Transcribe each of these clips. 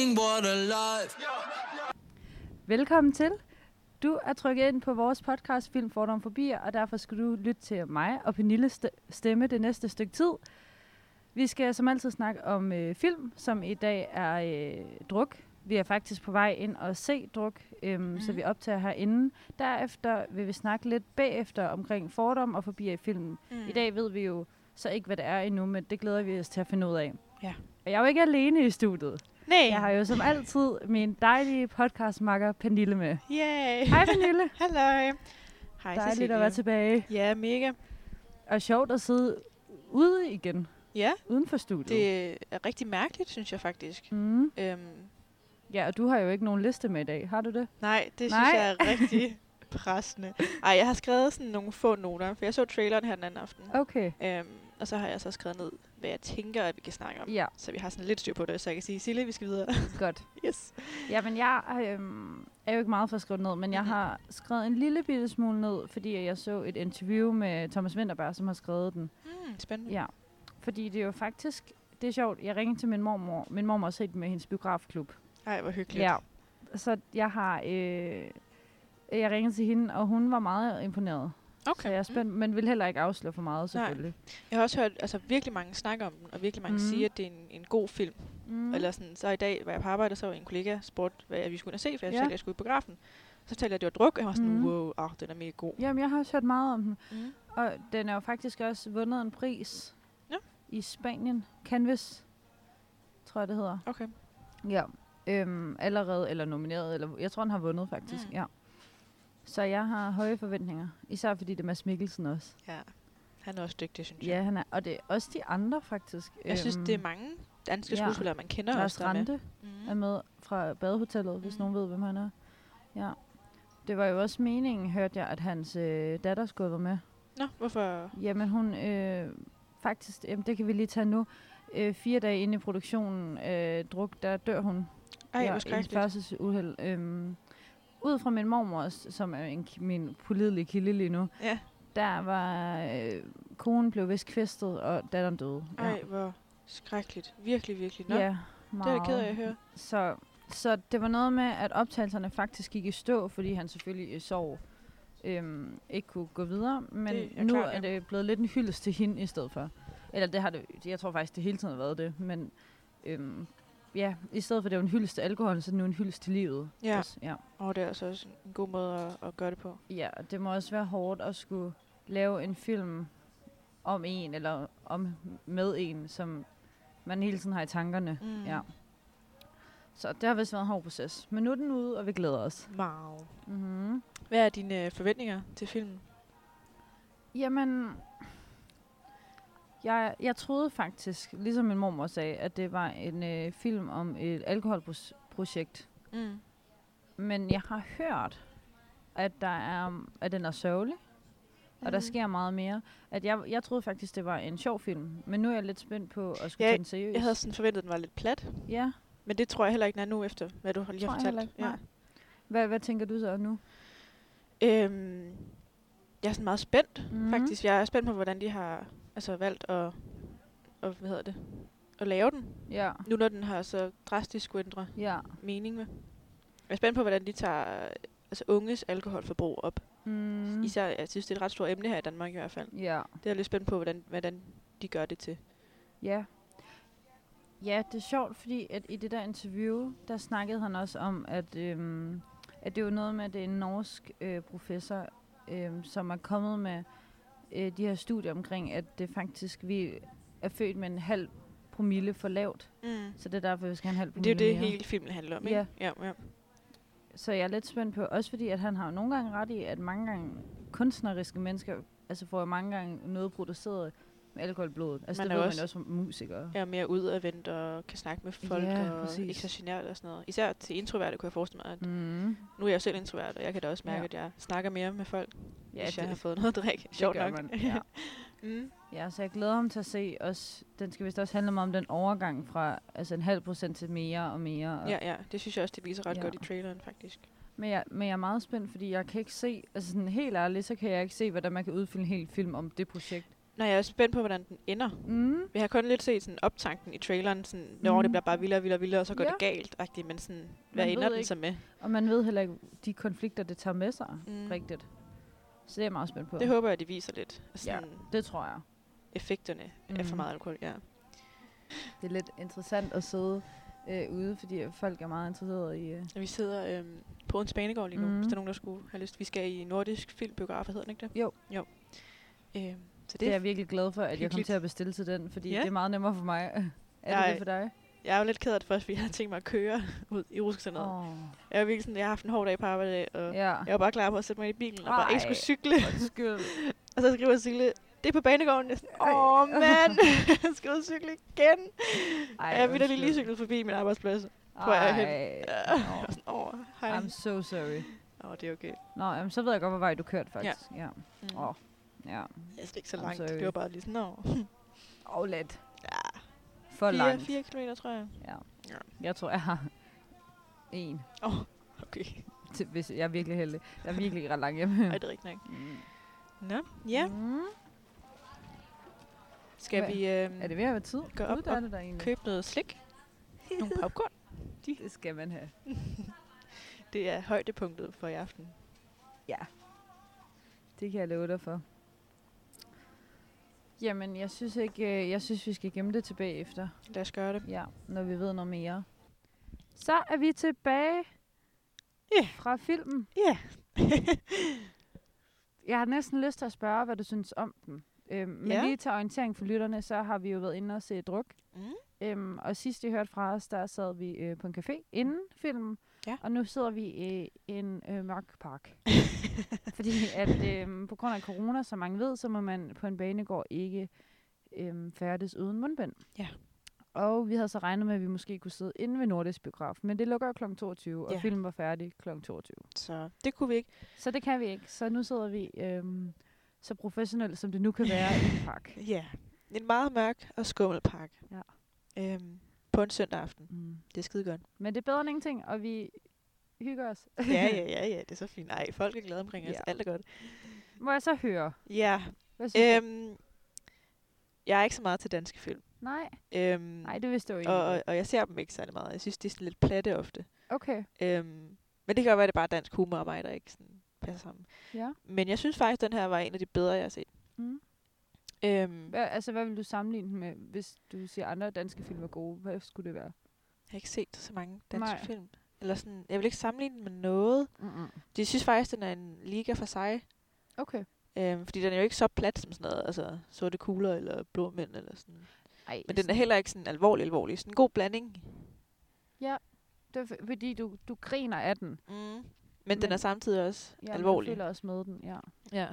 being born alive. Velkommen til. Du er trykket ind på vores podcast Film, Fordom, Fobier, og derfor skal du lytte til mig og Pernilles stemme det næste stykke tid. Vi skal som altid snakke om film, som i dag er druk. Vi er faktisk på vej ind og se druk, så vi optager herinde. Derefter vil vi snakke lidt bagefter omkring fordom og fobier i filmen. I dag ved vi jo så ikke, hvad det er endnu, men det glæder vi os til at finde ud af. Ja. Og jeg er jo ikke alene i studiet. Nej. Jeg har jo som altid min dejlige podcastmakker Pernille med. Yay. Hej Pernille. Hallo. Hej Dejligt Cecilie. at være tilbage. Ja, mega. Og sjovt at sidde ude igen, Ja, uden for studiet. det er rigtig mærkeligt, synes jeg faktisk. Ja, og du har jo ikke nogen liste med i dag. Har du det? Nej, det Nej. synes jeg er rigtig pressende. Ej, jeg har skrevet sådan nogle få noter, for jeg så traileren her den anden aften. Okay. Og så har jeg så skrevet ned, hvad jeg tænker, at vi kan snakke om. Ja, Så vi har sådan lidt styr på det, så jeg kan sige, Sille, vi skal videre. godt. Yes. Jamen, jeg er jo ikke meget for at skrive ned, men jeg har skrevet en lille bitte smule ned, fordi jeg så et interview med Thomas Vinterberg, som har skrevet den. Spændende. Ja, fordi det er jo faktisk, det er sjovt, jeg ringede til min mormor. Min mormor har set den med hendes biografklub. Ej, hvor hyggeligt. Ja, så jeg har, jeg ringede til hende, og hun var meget imponeret. Okay. Så jeg er spændt, men vil heller ikke afsløre for meget, selvfølgelig. Jeg har også hørt virkelig mange snakke om den, og virkelig mange sige, at det er en god film. Eller sådan, så i dag var jeg på arbejde, og så var en kollega spurgte, hvad vi skulle ind og se, for jeg jeg skulle i biografen. Så fortalte jeg, at det var druk, og jeg var sådan, wow, den er mega god. Jamen, jeg har også hørt meget om den. Og den er jo faktisk også vundet en pris i Spanien. Canvas, tror jeg, det hedder. Okay. Ja, allerede, eller nomineret, eller jeg tror, den har vundet faktisk, ja. Så jeg har høje forventninger. Især fordi det er Mads Mikkelsen også. Ja, han er også dygtig, synes jeg. Ja, han er. Og det er også de andre, faktisk. Jeg synes, det er mange danske skuespillere, man kender Lars også, der er med. Rante er med fra Badehotellet, hvis nogen ved, hvem han er. Ja. Det var jo også meningen, hørte jeg, at hans datter skulle være med. Nå, hvorfor? Jamen hun, faktisk, det kan vi lige tage nu. 4 dage inde i produktionen druk, der dør hun. Ej, hvor skrækkeligt. I færdselsuheld. Ud fra min mormor, som er min pålidelige kilde lige nu, der var konen blev vist kvæstet, og datteren døde. Ej, hvor skrækkeligt. Virkelig, virkelig. Nå, ja, meget. Det er jeg ked af at høre. Så det var noget med, at optagelserne faktisk gik i stå, fordi han selvfølgelig sov ikke kunne gå videre. Men nu er det blevet lidt en hyldest til hende i stedet for. Eller det har det, jeg tror faktisk, det hele tiden har været det. Men ja, i stedet for det var en hyldest til alkohol, så er det nu en hyldest til livet. Ja, også, ja. Og det er altså også en god måde at gøre det på. Ja, det må også være hårdt at skulle lave en film om en, eller med en, som man hele tiden har i tankerne. Ja. Så det har vist været en hård proces. Men nu er den ude, og vi glæder os. Wow. Mm-hmm. Hvad er dine forventninger til filmen? Jamen, jeg troede faktisk, ligesom min mormor sagde, at det var en film om et alkoholprojekt. Men jeg har hørt, at den er sørgelig, og der sker meget mere. At jeg troede faktisk, det var en sjov film, men nu er jeg lidt spændt på at skulle tage den seriøst. Jeg havde sådan forventet, at den var lidt plat. Ja. Men det tror jeg heller ikke, den er nu efter, hvad du lige har fortalt. Ja. Hvad tænker du så nu? Jeg er sådan meget spændt, faktisk. Jeg er spændt på, hvordan de har valgt at lave den. Ja. Nu når den har så drastisk skulle ændre mening med. Jeg er spændt på, hvordan de tager unges alkoholforbrug op. Især, jeg synes, det er et ret stort emne her i Danmark i hvert fald. Ja. Det er jeg lidt spændt på, hvordan de gør det til. Ja. Ja, det er sjovt, fordi at i det der interview, der snakkede han også om, at det var noget med, at det er en norsk professor, som er kommet med de her studier omkring, at det faktisk, vi er født med en halv promille for lavt. Så det er derfor, vi skal have en halv promille. Det er jo det, hele filmen handler om, ikke? Ja. Så jeg er lidt spændt på, også fordi, at han har nogle gange ret i, at mange gange kunstneriske mennesker, får mange gange noget produceret med alkohol i blodet. Det ved man også som musiker. Ja, mere udadvendt og kan snakke med folk og ikke så genert og sådan noget. Især til introverte kunne jeg forestille mig, at nu er jeg selv introvert, og jeg kan da også mærke, at jeg snakker mere med folk, hvis jeg har fået noget at drikke. Sjovt nok. Ja, så jeg glæder ham til at se også. Den skal vist også handle om den overgang fra 0,5% til mere og mere. Og ja, det synes jeg også, det viser ret godt i traileren faktisk. Men jeg er meget spændt, fordi jeg kan ikke se, sådan helt ærligt, så kan jeg ikke se, hvordan man kan udfylde en hel film om det projekt. Nej, jeg er spændt på, hvordan den ender. Vi har kun lidt set sådan optanken i traileren, sådan, når det bliver bare vildere, og så går det galt, men sådan, hvad ender den så med? Og man ved heller ikke, de konflikter, det tager med sig rigtigt. Så det er jeg meget spændt på. Det håber jeg, de viser lidt. Sådan det tror jeg. Effekterne af for meget alkohol, Det er lidt interessant at sidde ude, fordi folk er meget interesserede i... Vi sidder på en Spanegård lige nu, hvis der er nogen, der skulle have lyst. Vi skal i nordisk filmbiograf, hedder den ikke det? Jo. Så det er jeg virkelig glad for, at jeg kom til at bestille til den, fordi det er meget nemmere for mig. Er det for dig? Jeg er jo lidt ked af det først, fordi jeg havde tænkt mig at køre ud i Ruskercenteret. Jeg er virkelig sådan, jeg har haft en hård dag på arbejde, og jeg var bare klar på at sætte mig i bilen og bare ikke skulle cykle. Og så skriver Signe, det er på banegården. Jeg sådan, mand, jeg skal ud og cykle igen. Jeg vil da lige cyklet forbi min arbejdsplads. I'm so sorry. Det er okay. Nå, jamen, så ved jeg godt, hvor vej du kørte faktisk. Ja. Ja. Jeg er ikke så langt. Det var bare lige sådan, let. Ja. For langt. 4 kilometer, tror jeg. Ja. Jeg tror, jeg har 1. Okay. Hvis jeg er virkelig heldig. Jeg er virkelig ret langt hjemme. Det er rigtigt nok. Nå, ja. Skal vi er det ved at være tid? Gå op og købe noget slik? Nogle popcorn? Det skal man have. Det er højdepunktet for i aften. Ja. Det kan jeg love dig for. Jamen, jeg synes, vi skal gemme det tilbage efter. Lad os gøre det. Ja, når vi ved noget mere. Så er vi tilbage fra filmen. Ja. Jeg har næsten lyst til at spørge, hvad du synes om den. Men lige til orientering for lytterne, så har vi jo været inde og se Druk. Og sidst I hørte fra os, der sad vi på en café inden filmen. Ja. Og nu sidder vi i en mørk park. Fordi at på grund af corona, som mange ved, så må man på en banegård ikke færdes uden mundbind. Ja. Og vi havde så regnet med, at vi måske kunne sidde inde ved Nordisk Biograf. Men det lukker jo kl. 22, og filmen var færdig kl. 22. Så det kunne vi ikke. Så det kan vi ikke. Så nu sidder vi så professionelt, som det nu kan være i en park. Ja, en meget mørk og skummel park. Ja. På en søndag aften. Det er skide godt. Men det er bedre end ingenting, og vi hygger os. ja, det er så fint. Nej, folk er glade omkring os. Alt er godt. Må jeg så høre? Ja. Jeg er ikke så meget til danske film. Nej. Nej, det vidste jeg jo ikke. Og jeg ser dem ikke særlig meget. Jeg synes, det er sådan lidt platte ofte. Okay. Men det kan jo være, at det er bare dansk humor og mig, der ikke sådan passer sammen. Ja. Men jeg synes faktisk, at den her var en af de bedre, jeg har set. Hvad vil du sammenligne den med, hvis du siger, andre danske film er gode? Hvad skulle det være? Jeg har ikke set så mange danske film. Eller sådan, jeg vil ikke sammenligne den med noget. Jeg synes faktisk, den er en liga for sig. Okay. Fordi den er jo ikke så plat som sådan noget, altså sorte kugler eller blå mænd eller sådan. Ej, men den er heller ikke sådan alvorlig. Sådan en god blanding. Ja, det er fordi du griner af den. Men den er samtidig også alvorlig. Jeg føler også med den, ja.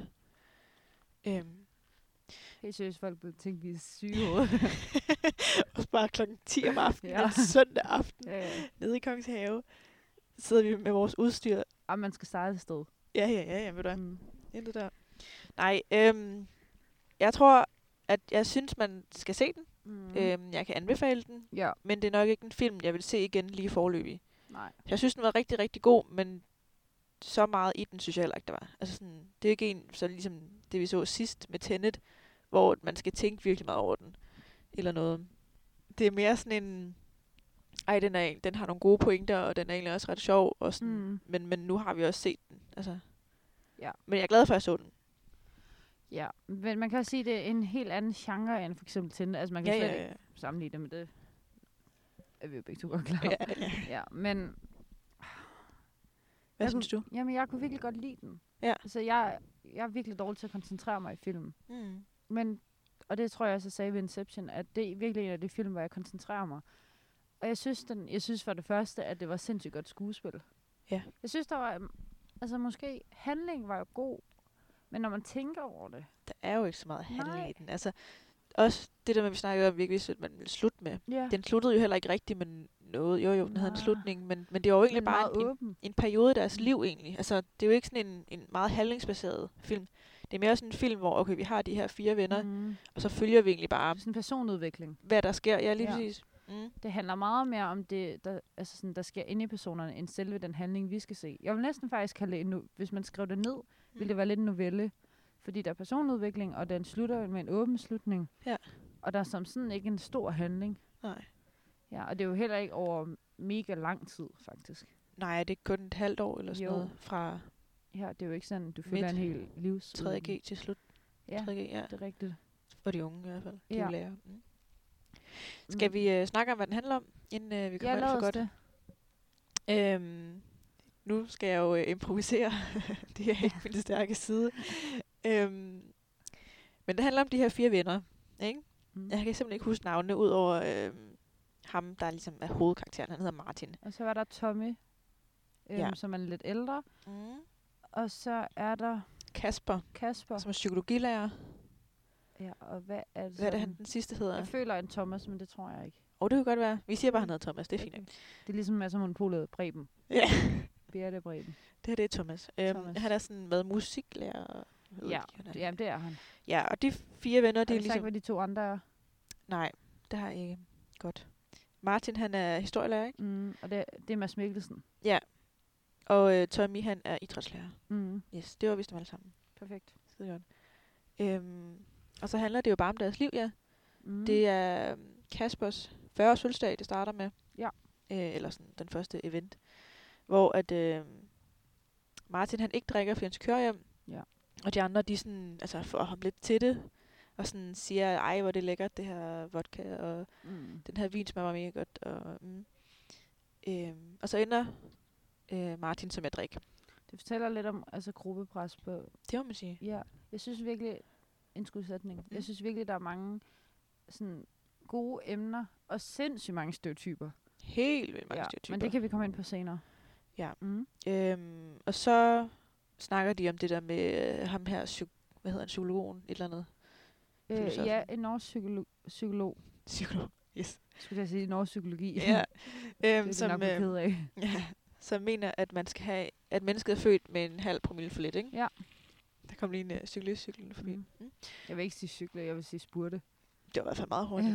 Helt seriøst, folk vil tænke, vi er syge hovedet. Og bare klokken 10 om aftenen, en søndag aften, nede i Kongens Have, så sidder vi med vores udstyr. Og man skal starte et sted. Ja, ved du hvad? Der. Nej, jeg tror, at jeg synes, man skal se den. Jeg kan anbefale den, men det er nok ikke en film, jeg vil se igen lige forløbig. Nej. Jeg synes, den var rigtig, rigtig god, men så meget i den, synes jeg heller ikke, der var. Altså sådan, det er ikke en, så ligesom det vi så sidst med Tenet, hvor man skal tænke virkelig meget over den, eller noget. Det er mere sådan en, den har nogle gode pointer, og den er egentlig også ret sjov, og sådan, men nu har vi også set den. Altså. Ja. Men jeg er glad for, at jeg så den. Ja, men man kan også sige, at det er en helt anden genre end for eksempel Tenet. Altså man kan slet ikke sammenligne det med det. Er vi jo begge to godt klar. Ja, men... Hvad synes du? Jamen, jeg kunne virkelig godt lide den. Ja. Altså, jeg er virkelig dårlig til at koncentrere mig i film. Men, og det tror jeg også, jeg sagde ved Inception, at det er virkelig en af de film, hvor jeg koncentrerer mig. Og jeg synes for det første, at det var sindssygt godt skuespil. Ja. Jeg synes, der var... Altså, måske handling var jo god, men når man tænker over det... Der er jo ikke så meget handling i den. Altså, også det der med, vi snakkede om, virkelig, at man ville slutte med. Yeah. Den sluttede jo heller ikke rigtigt med noget. Jo, den havde en slutning, men det var jo egentlig bare en periode af deres liv egentlig. Altså, det er jo ikke sådan en meget handlingsbaseret film. Det er mere sådan en film, hvor okay, vi har de her 4 venner, og så følger vi egentlig bare... Sådan en personudvikling. Hvad der sker, ja, lige præcis. Det handler meget mere om det, der sker inde i personerne, end selve den handling, vi skal se. Jeg vil næsten faktisk kalde det, hvis man skrev det ned, ville det være lidt en novelle. Fordi der er personudvikling, og den slutter med en åben slutning. Ja. Og der er som sådan ikke en stor handling. Nej. Ja, og det er jo heller ikke over mega lang tid, faktisk. Nej, det er kun et halvt år eller sådan noget fra... Ja, det er jo ikke sådan, du følger en hel livs... 3.G til slut. Ja, 3.G, ja, det er rigtigt. For de unge i hvert fald. De ja. lærer. Skal vi snakke om, hvad den handler om, inden vi kommer ind for godt? Det. Nu skal jeg jo improvisere. Det er ikke min stærke side. Men det handler om de her 4 venner, ikke? Jeg kan simpelthen ikke huske navnene, ud over ham, der ligesom er hovedkarakteren. Han hedder Martin. Og så var der Tommy, som er lidt ældre. Og så er der... Kasper. Som er psykologilærer. Ja, og hvad er det? Hvad er det, han den sidste hedder? Jeg føler en Thomas, men det tror jeg ikke. Det kan godt være. Vi siger bare, han hedder Thomas. Det er fint. Det er ligesom Mads og Monopolet Preben. Ja. Birte Preben. Det er Thomas. Han er sådan været musiklærer. Ja, det er han. Ja, og de 4 venner, det er ligesom... Har du sagt, hvad de 2 andre er? Nej, det har jeg ikke. Godt. Martin, han er historielærer, ikke? Og det er Mads Mikkelsen. Ja. Og Tommy, han er idrætslærer. Yes, det var vist dem alle sammen. Perfekt. Skide godt. Og så handler det jo bare om deres liv, ja. Det er Kaspers 40-års fødselsdag, det starter med. Ja. Eller sådan den første event. Hvor at Martin, han ikke drikker, fordi han skal køre hjem. Ja. Og de andre, de sådan, altså får ham lidt til det. Og sådan siger, ej, hvor det er lækkert, det her vodka. Og den her vin smager mega godt. Og så ender Martin som jeg drikker. Det fortæller lidt om gruppepres på... Det må man sige. Ja, jeg synes virkelig... En skudsætning. Jeg synes virkelig, der er mange sådan gode emner, og sindssygt mange stereotyper. Helt vildt mange stereotyper. Men det kan vi komme ind på senere. Ja. Og så snakker de om det der med ham her, hvad hedder han, psykologen, et eller andet? Ja, en norsk psykolog. Psykolog, yes. Skulle jeg sige norsk psykologi. Ja. Det er nok ked af. Ja, som mener, at man skal have, at mennesket er født med en halv promille for lidt, ikke? Ja. Der kom lige en cyklist cyklende forbi. Jeg vil ikke sige cykle, jeg vil sige spurte. Det var i hvert fald meget hurtigt.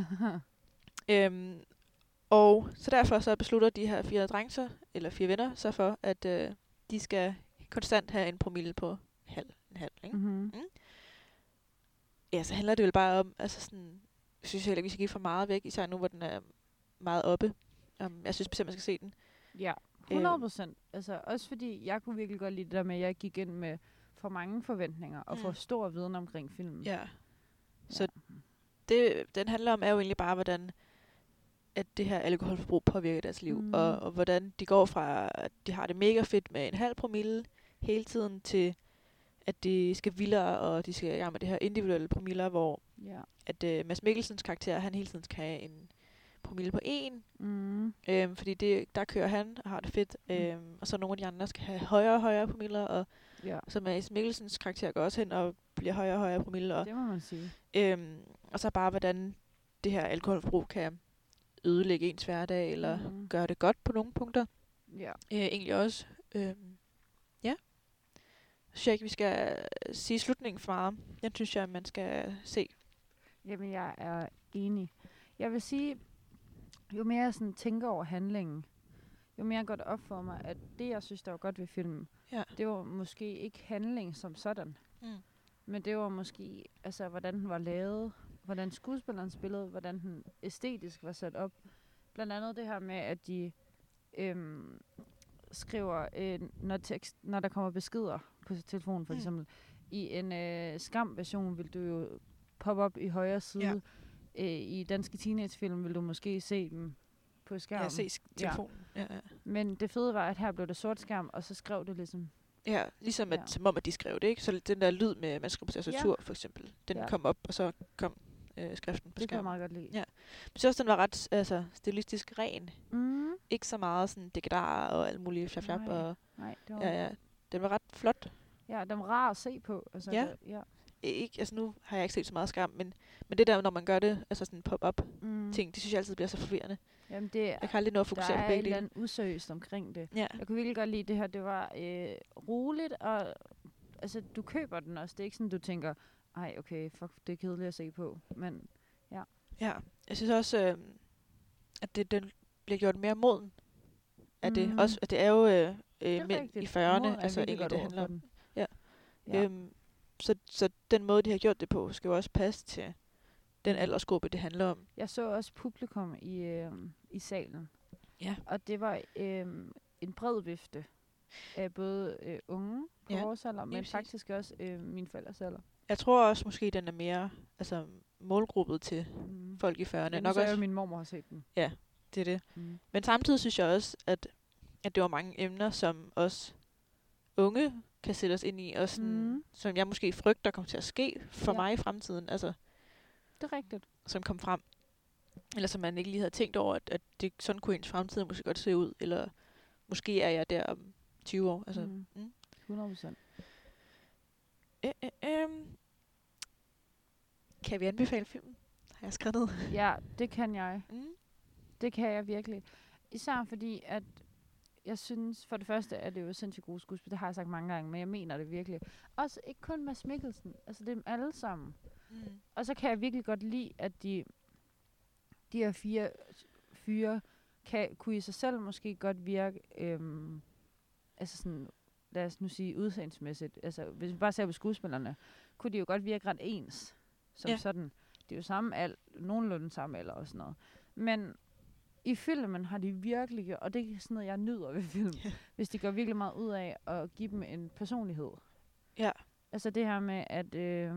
Og så derfor så beslutter de her 4 drenge, eller 4 venner, så for, at de skal konstant have en promille på en halv, ikke? Ja, så handler det vel bare om, altså sådan, jeg synes heller ikke, vi skal give for meget væk, især nu, hvor den er meget oppe. Jeg synes bestemt, man skal se den. Ja, 100%. Altså også fordi, jeg kunne virkelig godt lide det der med, at jeg gik ind med for mange forventninger, og for stor viden omkring filmen. Ja. Så den handler om, er jo egentlig bare, hvordan at det her alkoholforbrug påvirker deres liv, og hvordan de går fra, at de har det mega fedt med en halv promille hele tiden, til at de skal vildere, og de skal i gang med det her individuelle promiller, hvor at Mads Mikkelsens karakter, han hele tiden skal have en promille på 1. Fordi der kører han og har det fedt. Og så nogle af de andre skal have højere og højere promiller, og så Mads Mikkelsens karakter går også hen og bliver højere og højere promiller. Det må man sige. Og så bare, hvordan det her alkoholforbrug kan ødelægge ens hverdag, eller gøre det godt på nogle punkter. Ja. Egentlig også. Så synes jeg ikke, vi skal sige slutningen for meget. Den synes jeg, man skal se. Jamen, jeg er enig. Jeg vil sige, jo mere jeg sådan tænker over handlingen, jo mere går det op for mig, at det, jeg synes, der var godt ved filmen, det var måske ikke handling som sådan. Men det var måske, altså, hvordan den var lavet, hvordan skuespilleren spillede, hvordan den æstetisk var sat op. Blandt andet det her med, at de skriver, når der kommer beskeder på telefonen, for eksempel. I en skam-version vil du jo poppe op i højre side. I danske teenagefilm vil du måske se dem på skærmen. Ja, se telefonen. Ja. Men det fede var, at her blev det sort skærm, og så skrev det ligesom... Ja, ligesom at, som om, at de skrev det, ikke? Så den der lyd med, man skriver på tastatur, for eksempel, den kom op, og så kom skriften på skærmen. Det kan jeg meget godt lide. Ja. Men så også, den var ret stilistisk ren. Ikke så meget sådan dekadar og alt muligt fjap. Nej, det var... Den var ret flot. Ja, den var rar at se på. Altså, Ikke, altså nu har jeg ikke set så meget skærm, men det der, når man gør det, altså sådan pop-up ting, det synes jeg altid bliver så forvirrende. Jamen jeg kan aldrig nå at fokusere på begge dele. Der er et eller andet useriøst omkring det. Ja. Jeg kunne virkelig godt lide det her. Det var roligt, og altså, du køber den også. Det er ikke sådan, du tænker, ej, okay, fuck, det er kedeligt at se på. Men ja. Ja, jeg synes også, at den bliver gjort mere moden af det. Også, at det er jo mænd i 40'erne, altså egentlig det handler om. Ja. Så den måde, de har gjort det på, skal jo også passe til den aldersgruppe, det handler om. Jeg så også publikum i salen. Ja. Og det var en bred vifte af både unge på vores alder, men faktisk også mine forældres alder. Jeg tror også måske, den er mere målgruppet til folk i 40'erne. Ja, nok også min mormor har set den. Ja, det er det. Men samtidig synes jeg også, at det var mange emner, som os unge kan sætte os ind i, og sådan, som jeg måske frygter kommer til at ske for mig i fremtiden. Altså, det er rigtigt. Som kom frem. Eller som man ikke lige havde tænkt over, at det sådan kunne ens fremtid måske godt se ud. Eller måske er jeg der om 20 år. Altså, 100%. Kan vi anbefale filmen? Har jeg skrevet ned? Ja, det kan jeg. Det kan jeg virkelig. Især fordi, at jeg synes, for det første er det jo sindssygt gode skuespil. Det har jeg sagt mange gange, men jeg mener det virkelig. Også ikke kun Mads Mikkelsen. Altså, det er dem alle sammen. Og så kan jeg virkelig godt lide, at de her 4 fyre kunne i sig selv måske godt virke, altså sådan, lad os nu sige, udseendsmæssigt. Altså, hvis vi bare ser på skuespillerne, kunne de jo godt virke ret ens. Som sådan. Det er jo samme nogenlunde samme alder og sådan noget. Men i filmen har de virkelig, og det er sådan noget, jeg nyder ved film, hvis de går virkelig meget ud af at give dem en personlighed. Ja. Altså det her med, at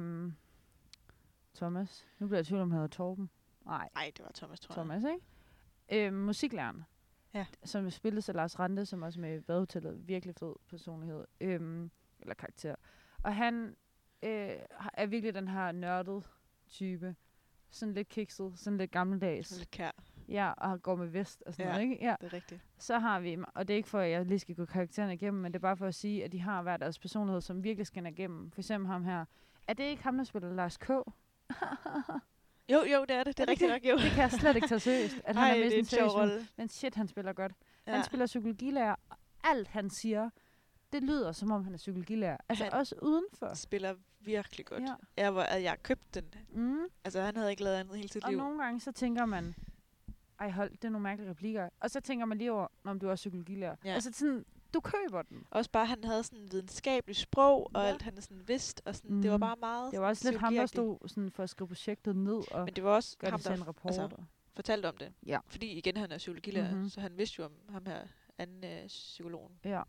Thomas, nu bliver jeg i tvivl om, han hedder Torben. Nej, det var Thomas, tror jeg. Thomas, ikke? Musiklæreren, som spilles af Lars Rante, som også med i Badehotellet, virkelig fed personlighed, eller karakter. Og han er virkelig den her nørdede type. Sådan lidt kikset, sådan lidt gammeldags. Lidt kær. Ja, og går med vest og sådan noget, ikke? Ja, det er rigtigt. Så har vi, og det er ikke for, at jeg lige skal gå karaktererne igennem, men det er bare for at sige, at de har hver deres personlighed, som virkelig skinner igennem. For eksempel ham her. Er det ikke ham, der spiller Lars K? Jo, det er det. Det er rigtigt nok, jo. Det kan jeg slet ikke tage seriøst, at han er med i en sjov rolle. Men shit, han spiller godt. Ja. Han spiller psykologilærer, og alt han siger, det lyder, som om han er psykologilærer. Altså han også udenfor. Spiller virkelig godt. Ja. Jeg købte den. Altså, han havde ikke lavet andet hele sit liv. Og nogle gange, så tænker man, det er nogle mærkelige replikker. Og så tænker man lige over, om du er psykologilærer. Ja. Altså sådan, du køber den. Også bare, han havde sådan videnskabeligt sprog, og alt han sådan vidste, og sådan, det var bare meget. Det var også lidt ham, der stod sådan for at skrive projektet ned, og men det var også ham, der altså, fortalte om det. Ja. Fordi igen, han er psykologilærer, så han vidste jo om ham her anden psykologen. Ja.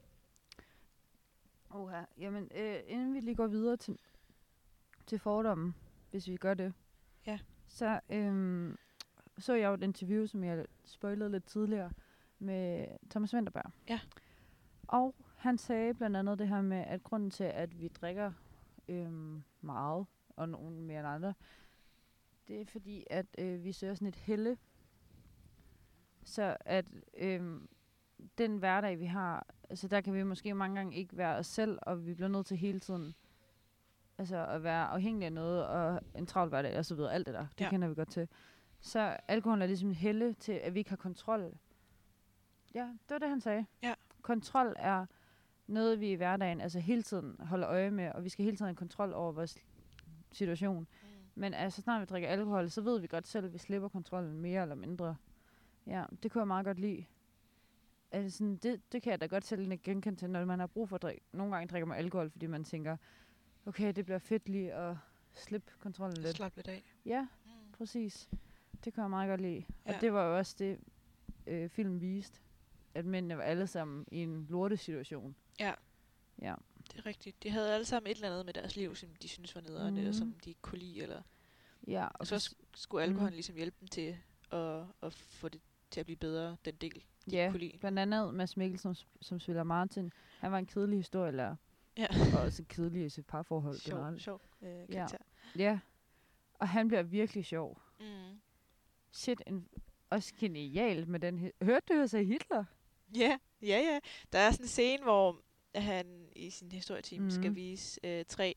Jamen, inden vi lige går videre til fordommen, hvis vi gør det, så jeg jo et interview, som jeg spoilede lidt tidligere, med Thomas Vinterberg. Ja. Og han sagde blandt andet det her med, at grunden til, at vi drikker meget, og nogen mere end andre, det er fordi, at vi søger sådan et helle. Så at den hverdag, vi har, altså der kan vi måske mange gange ikke være os selv, og vi bliver nødt til hele tiden altså at være afhængige af noget, og en travl hverdag, og så videre, alt det der. Det kender vi godt til. Så alkohol er ligesom et helle til, at vi ikke har kontrol. Ja, det var det, han sagde. Ja. Kontrol er noget, vi i hverdagen altså hele tiden holder øje med, og vi skal hele tiden have kontrol over vores situation. Men altså, snart vi drikker alkohol, så ved vi godt selv, at vi slipper kontrollen mere eller mindre. Ja, det kunne jeg meget godt lide. Altså, sådan, det kan jeg da godt selv genkende til, når man har brug for at drikke. Nogle gange drikker man alkohol, fordi man tænker, okay, det bliver fedt lige at slippe kontrollen lidt. Slap lidt af. Ja, præcis. Det kan jeg meget godt lide. Ja. Og det var jo også det, film viste. At mændene var alle sammen i en lortesituation. Ja. Ja. Det er rigtigt. De havde alle sammen et eller andet med deres liv, som de synes var nederen, eller som de ikke kunne lide. Eller ja, og så skulle alkoholen ligesom hjælpe dem til at få det til at blive bedre, den del, de ikke kunne lide. Blandt andet Mads Mikkelsen, som spiller Martin. Han var en kedelig historielærer. Ja. Og også kedelig i sit parforhold. Sjov karakter. Ja. Og han bliver virkelig sjov. Shit, også genial med den. Hørte du, jeg sagde Hitler? Ja. Der er sådan en scene, hvor han i sin historieteam skal vise 3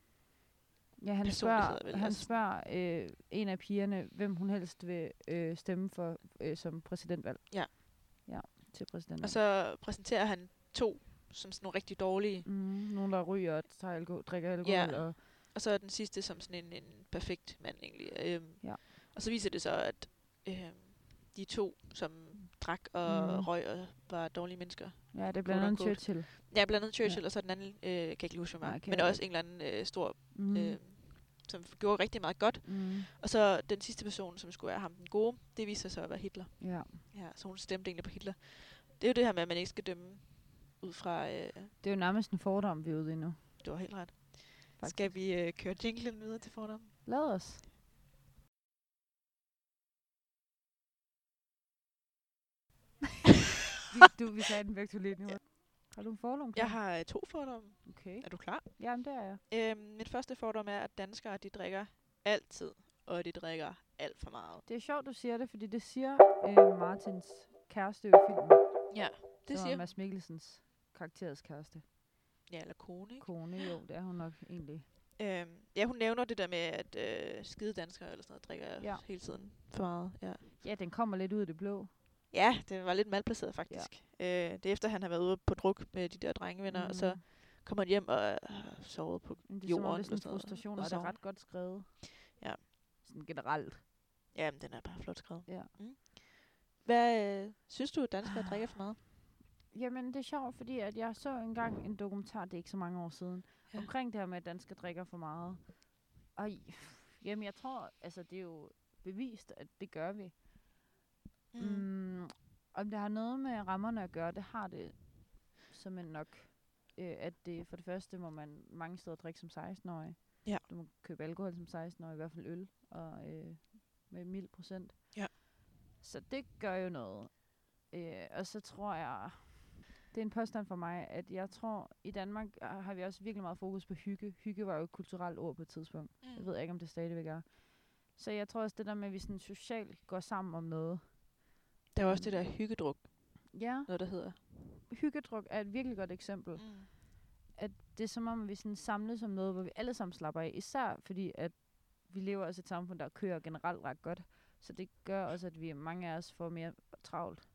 han spørger en af pigerne, hvem hun helst vil stemme for som præsidentvalg. Ja, til præsidentvalg. Og så præsenterer han 2 som sådan nogle rigtig dårlige. Nogle, der ryger og drikker alkohol. Og så er den sidste som sådan en perfekt mand egentlig. Og så viser det så, at de 2, som drak og røg og var dårlige mennesker. Ja, det er blandt andet Churchill. Ja, blandt andet Churchill, og så den anden, kan jeg ikke huske, men også en eller anden stor, som gjorde rigtig meget godt. Og så den sidste person, som skulle være ham den gode, det viste sig så at være Hitler. Ja, så hun stemte egentlig på Hitler. Det er jo det her med, at man ikke skal dømme ud fra... Det er jo nærmest en fordom, vi er ude i nu. Du har helt ret. Faktisk. Skal vi køre jinglen videre til fordom? Lad os. vi sagde den væk til lidt nu. Har du en fordom? Jeg har 2 fordomme. Okay. Er du klar? Jamen, det er jeg. Mit første fordom er, at danskere, de drikker altid, og de drikker alt for meget. Det er sjovt, du siger det, fordi det siger Martins kæreste i filmen. Ja, det siger Mads Mikkelsens karakterets kæreste. Ja, eller kone, ikke? Kone, jo, det er hun nok egentlig. Ja, hun nævner det der med, at skide danskere eller sådan noget, drikker hele tiden for meget. Ja, den kommer lidt ud af det blå. Ja, det var lidt malplaceret faktisk. Ja. Det er efter, han har været ude på druk med de der drengevenner, og så kommer han hjem og sovet på jorden. Det er sådan en frustration, og det er ret godt skrevet. Ja. Sådan generelt. Jamen, den er bare flot skrevet. Ja. Hvad synes du, at danskere drikker for meget? Jamen, det er sjovt, fordi at jeg så engang en dokumentar, det er ikke så mange år siden, omkring det her med, at danskere drikker for meget. Og jamen, jeg tror, altså det er jo bevist, at det gør vi. Om det har noget med rammerne at gøre, det har det simpelthen nok. At det for det første må man mange steder drikke som 16-årig. Ja. Du må købe alkohol som 16-årig, i hvert fald øl, og med mild procent. Ja. Så det gør jo noget. Og så tror jeg, det er en påstand for mig, at jeg tror, i Danmark har vi også virkelig meget fokus på hygge. Hygge var jo et kulturelt ord på et tidspunkt. Jeg ved ikke, om det stadigvæk er. Så jeg tror også, det der med, at vi sådan socialt går sammen om noget. Der er også det der hyggedruk. Ja. Noget, der hedder. Hyggedruk er et virkelig godt eksempel. At det er som om, at vi sådan samles om noget, hvor vi alle sammen slapper af. Især fordi, at vi lever også i et samfund, der kører generelt ret godt. Så det gør også, at vi mange af os får mere travlt.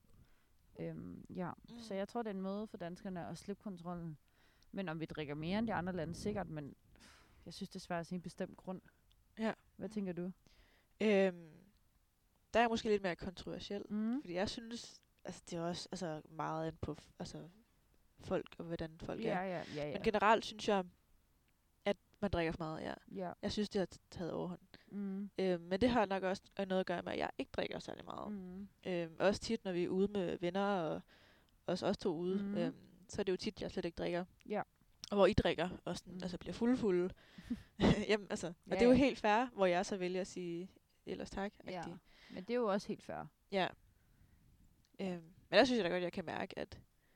Så jeg tror, det er en måde for danskerne at slippe kontrollen. Men om vi drikker mere end de andre lande, sikkert. Men jeg synes, det er svært at sige en bestemt grund. Ja. Hvad tænker du? Der er måske lidt mere kontroversiel. Fordi jeg synes, altså det er også meget ind på folk og hvordan folk er. Ja. Men generelt synes jeg, at man drikker for meget. Ja. Jeg synes, det har taget overhånd. Men det har nok også noget at gøre med, at jeg ikke drikker særlig meget. Også tit, når vi er ude med venner og også to ude, så er det jo tit, jeg slet ikke drikker. Ja. Og hvor I drikker og sådan, bliver fulde. Jamen, og det er jo helt fair, hvor jeg så vælger at sige ellers tak. Ja. Men det er jo også helt fair. Ja. Men der synes jeg da godt, at jeg kan mærke, at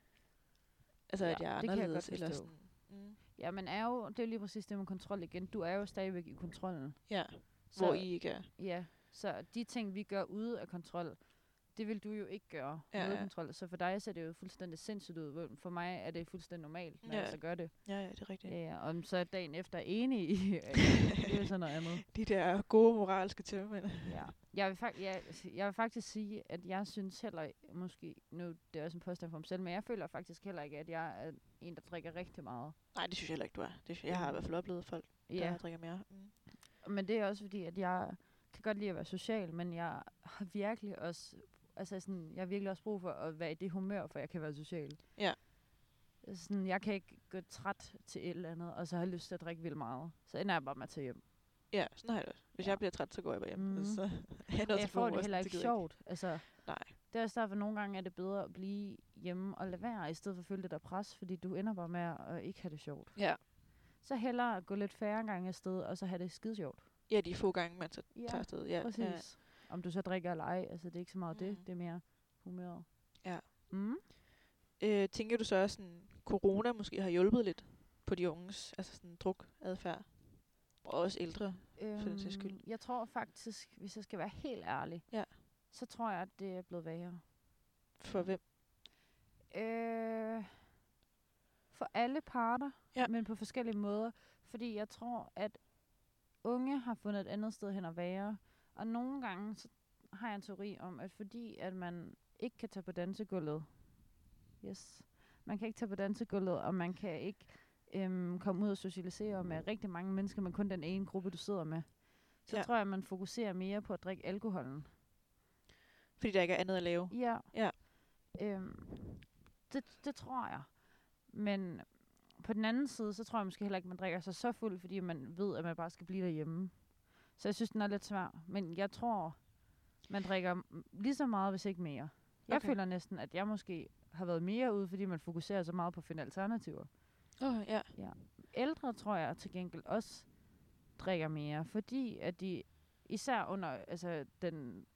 at jeg er anderledes. Eller sådan. Ja, men det er jo lige præcis det med kontrol igen. Du er jo stadigvæk i kontrollen. Ja, så, hvor I ikke er. Ja, så de ting, vi gør ude af kontrol, det vil du jo ikke gøre med kontrol. Så for dig så er det jo fuldstændig sindssygt ud. For mig er det fuldstændig normalt, når jeg så gør det. Ja, det er rigtigt. Ja, og så dagen efter enig i, det er jo sådan noget andet. De der gode moralske tømmer. Ja. Jeg vil faktisk sige, at jeg synes heller, måske, nu det er også en påstand for mig selv, men jeg føler faktisk heller ikke, at jeg er en, der drikker rigtig meget. Nej, det synes jeg heller ikke, du er. Jeg har i hvert fald oplevet folk, der drikker mere. Men det er også fordi, at jeg kan godt lide at være social, men jeg har virkelig også, jeg har virkelig også brug for at være i det humør, for jeg kan være social. Ja. Sådan, jeg kan ikke gå træt til et eller andet, og så har jeg lyst til at drikke vildt meget. Så ender jeg bare med at tage hjem. Ja, sådan har jeg det. Hvis jeg bliver træt, så går jeg bare hjem. Så jeg får det heller ikke sjovt. Nej. Det er også derfor, nogle gange er det bedre at blive hjemme og lade være, i stedet for at føle det der pres, fordi du ender bare med at ikke have det sjovt. Ja. Så hellere gå lidt færre gange afsted, og så have det skide sjovt. Ja, de få gange, man så tager afsted. Ja, præcis. Ja. Om du så drikker eller ej, det er ikke så meget det er mere humøret. Ja. Tænker du så også, at corona måske har hjulpet lidt på de unges drukadfærd? Og også ældre, for den sags skyld. Jeg tror faktisk, hvis jeg skal være helt ærlig, så tror jeg, at det er blevet værre. For hvem? For alle parter, men på forskellige måder. Fordi jeg tror, at unge har fundet et andet sted hen at være. Og nogle gange så har jeg en teori om, at fordi at man ikke kan tage på dansegulvet, man kan ikke tage på dansegulvet, og man kan ikke komme ud og socialisere med rigtig mange mennesker, men kun den ene gruppe, du sidder med. Så tror jeg, at man fokuserer mere på at drikke alkoholen. Fordi der ikke er andet at lave? Ja. Det tror jeg. Men på den anden side, så tror jeg måske heller ikke, man drikker sig så fuld, fordi man ved, at man bare skal blive derhjemme. Så jeg synes, den er lidt svær. Men jeg tror, man drikker lige så meget, hvis ikke mere. Jeg føler næsten, at jeg måske har været mere ude, fordi man fokuserer så meget på at finde alternativer. Ja. Ældre tror jeg til gengæld også drikker mere, fordi at de især under den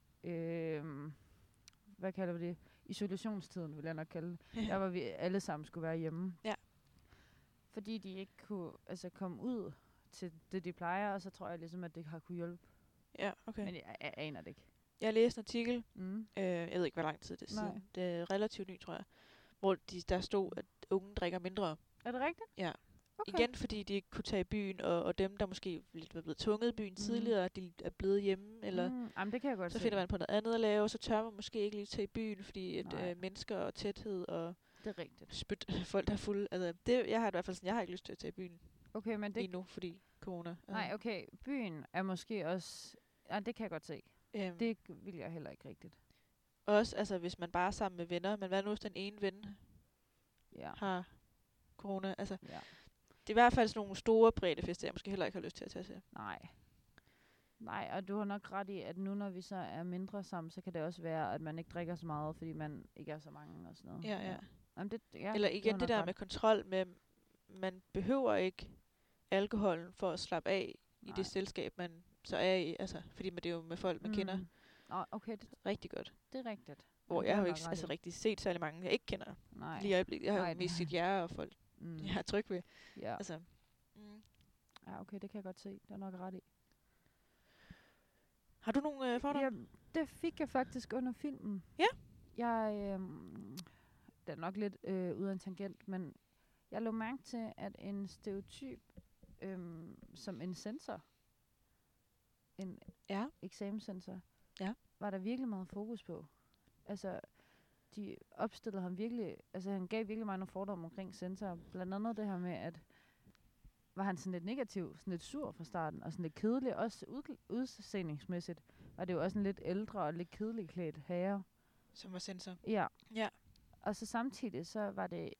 hvad kalder vi det? Isolationstiden, vil jeg nok kalde det. Der var vi alle sammen skulle være hjemme. Ja. Fordi de ikke kunne komme ud til det, de plejer, og så tror jeg ligesom, at det har kunne hjælpe. Ja, okay. Men jeg aner det ikke. Jeg læste en artikel, jeg ved ikke, hvor lang tid det er siden. Det er relativt ny, tror jeg, hvor der stod, at unge drikker mindre. Er det rigtigt? Ja. Okay. Igen, fordi de ikke kunne tage i byen, og dem, der måske var blevet tvunget i byen tidligere, de er blevet hjemme, eller Jamen, det kan jeg godt så finder man på noget andet at lave, og så tør man måske ikke lige tage i byen, fordi at, mennesker og tæthed og det er rigtigt. spyt folk, der er fulde. Altså, jeg har i hvert fald sådan, jeg har ikke lyst til at tage i byen lige nu, fordi corona. Nej, okay. Byen er måske også... Ja, det kan jeg godt se. Det vil jeg heller ikke rigtigt. Også, altså, hvis man bare er sammen med venner, men hvad nu, hvis den ene ven har corona? Altså, det er i hvert fald sådan nogle store, brede fester, jeg måske heller ikke har lyst til at tage til. Nej, og du har nok ret i, at nu når vi så er mindre sammen, så kan det også være, at man ikke drikker så meget, fordi man ikke er så mange og sådan noget. Ja. Jamen eller igen det der med kontrol med, man behøver ikke alkoholen for at slappe af i det selskab, man så er i. Altså, fordi det er jo med folk, man kender. Okay, det rigtig godt. Det er rigtigt. Hvor jeg har jo ikke rigtig set særlig mange, jeg ikke kender. Nej. Lige i øjeblikket. Jeg har jo mest sit hjerte og folk, jeg er tryg ved. Ja. Altså, ja, okay, det kan jeg godt se. Det er nok ret i. Har du nogle fordomme? Ja, det fik jeg faktisk under filmen. Ja? Det er nok lidt ud af en tangent, men jeg lå mærke til, at en stereotyp som en sensor, en eksamenssensor, var der virkelig meget fokus på. Altså, de opstillede ham virkelig, altså han gav virkelig mange fordomme omkring sensorer. Blandt andet det her med, at var han sådan lidt negativ, sådan lidt sur fra starten, og sådan lidt kedelig, også udseendningsmæssigt, var det jo også en lidt ældre og lidt kedelig klædt herre. Som var sensor? Ja. Og så samtidig, så var det,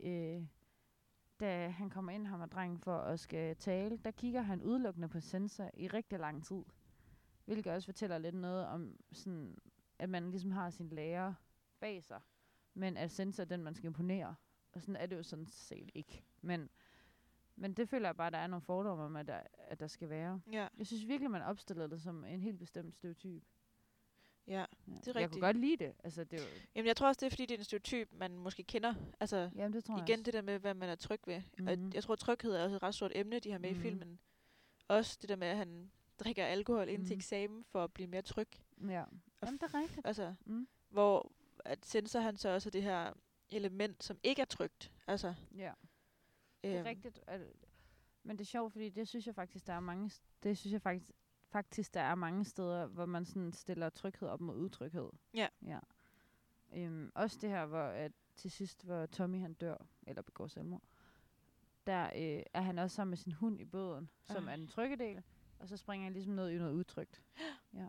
da han kommer ind, ham og drengen, for at skal tale, der kigger han udelukkende på sensor i rigtig lang tid. Hvilket også fortæller lidt noget om, sådan, at man ligesom har sin lærer bag sig, men at sensor den, man skal imponere. Og sådan er det jo sådan set ikke. Men det føler jeg bare, at der er nogle fordomme om, at der skal være. Ja. Jeg synes virkelig, man opstillede det som en helt bestemt stereotyp. Ja, det er rigtigt. Jeg kunne godt lide det. Altså, det var Jamen, jeg tror også, det er, fordi det er en stereotyp, man måske kender. Altså, jamen, det tror jeg igen også. Det der med, hvad man er tryg ved. Og jeg tror, tryghed er også et ret stort emne, de har med i filmen. Også det der med, at han drikker alkohol ind til eksamen for at blive mere tryg. Ja, jamen, det er rigtigt. Altså, hvor at sensor han så også det her element, som ikke er trygt. Altså, ja, det er rigtigt. Men det er sjovt, fordi det synes jeg faktisk, der er mange... Det synes jeg faktisk, der er mange steder, hvor man sådan stiller tryghed op mod utryghed. Ja. Også det her, hvor at til sidst, hvor Tommy han dør, eller begår selvmord, der er han også sammen med sin hund i båden, som er en trygge del, og så springer han ligesom ned i noget utrygt. Ja.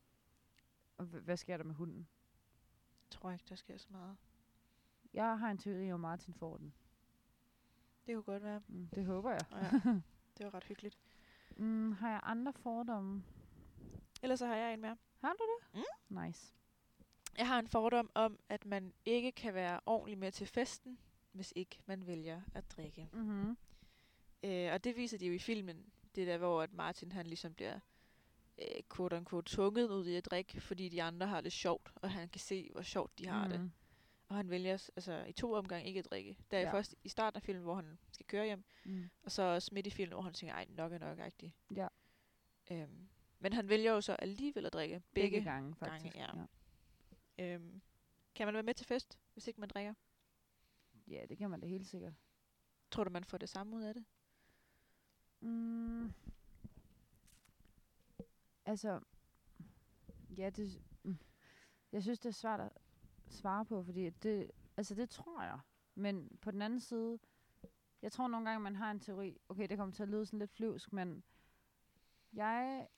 Og hvad sker der med hunden? Jeg tror ikke, der sker så meget. Jeg har en teori om, Martin får den. Det kunne godt være. Det håber jeg. Ja. Det var ret hyggeligt. Har jeg andre fordomme? Ellers så har jeg en mere. Har du det? Nice. Jeg har en fordom om, at man ikke kan være ordentlig med til festen, hvis ikke man vælger at drikke. Og det viser de jo i filmen. Det der, hvor at Martin han ligesom bliver quote-unquote tvunget ud i at drikke, fordi de andre har det sjovt, og han kan se, hvor sjovt de har det. Og han vælger altså i 2 omgange ikke at drikke. Der er først i starten af filmen, hvor han skal køre hjem, og så også midt i filmen, hvor han tænker, ej, nok er nok-agtigt. Ja. Men han vælger jo så alligevel at drikke begge gange, faktisk. Ja. Kan man være med til fest, hvis ikke man drikker? Ja, det kan man da helt sikkert. Tror du, man får det samme ud af det? Altså, ja, jeg synes, det er svært at svare på, fordi det tror jeg. Men på den anden side, jeg tror nogle gange, man har en teori, okay, det kommer til at lyde sådan lidt flyvsk, men den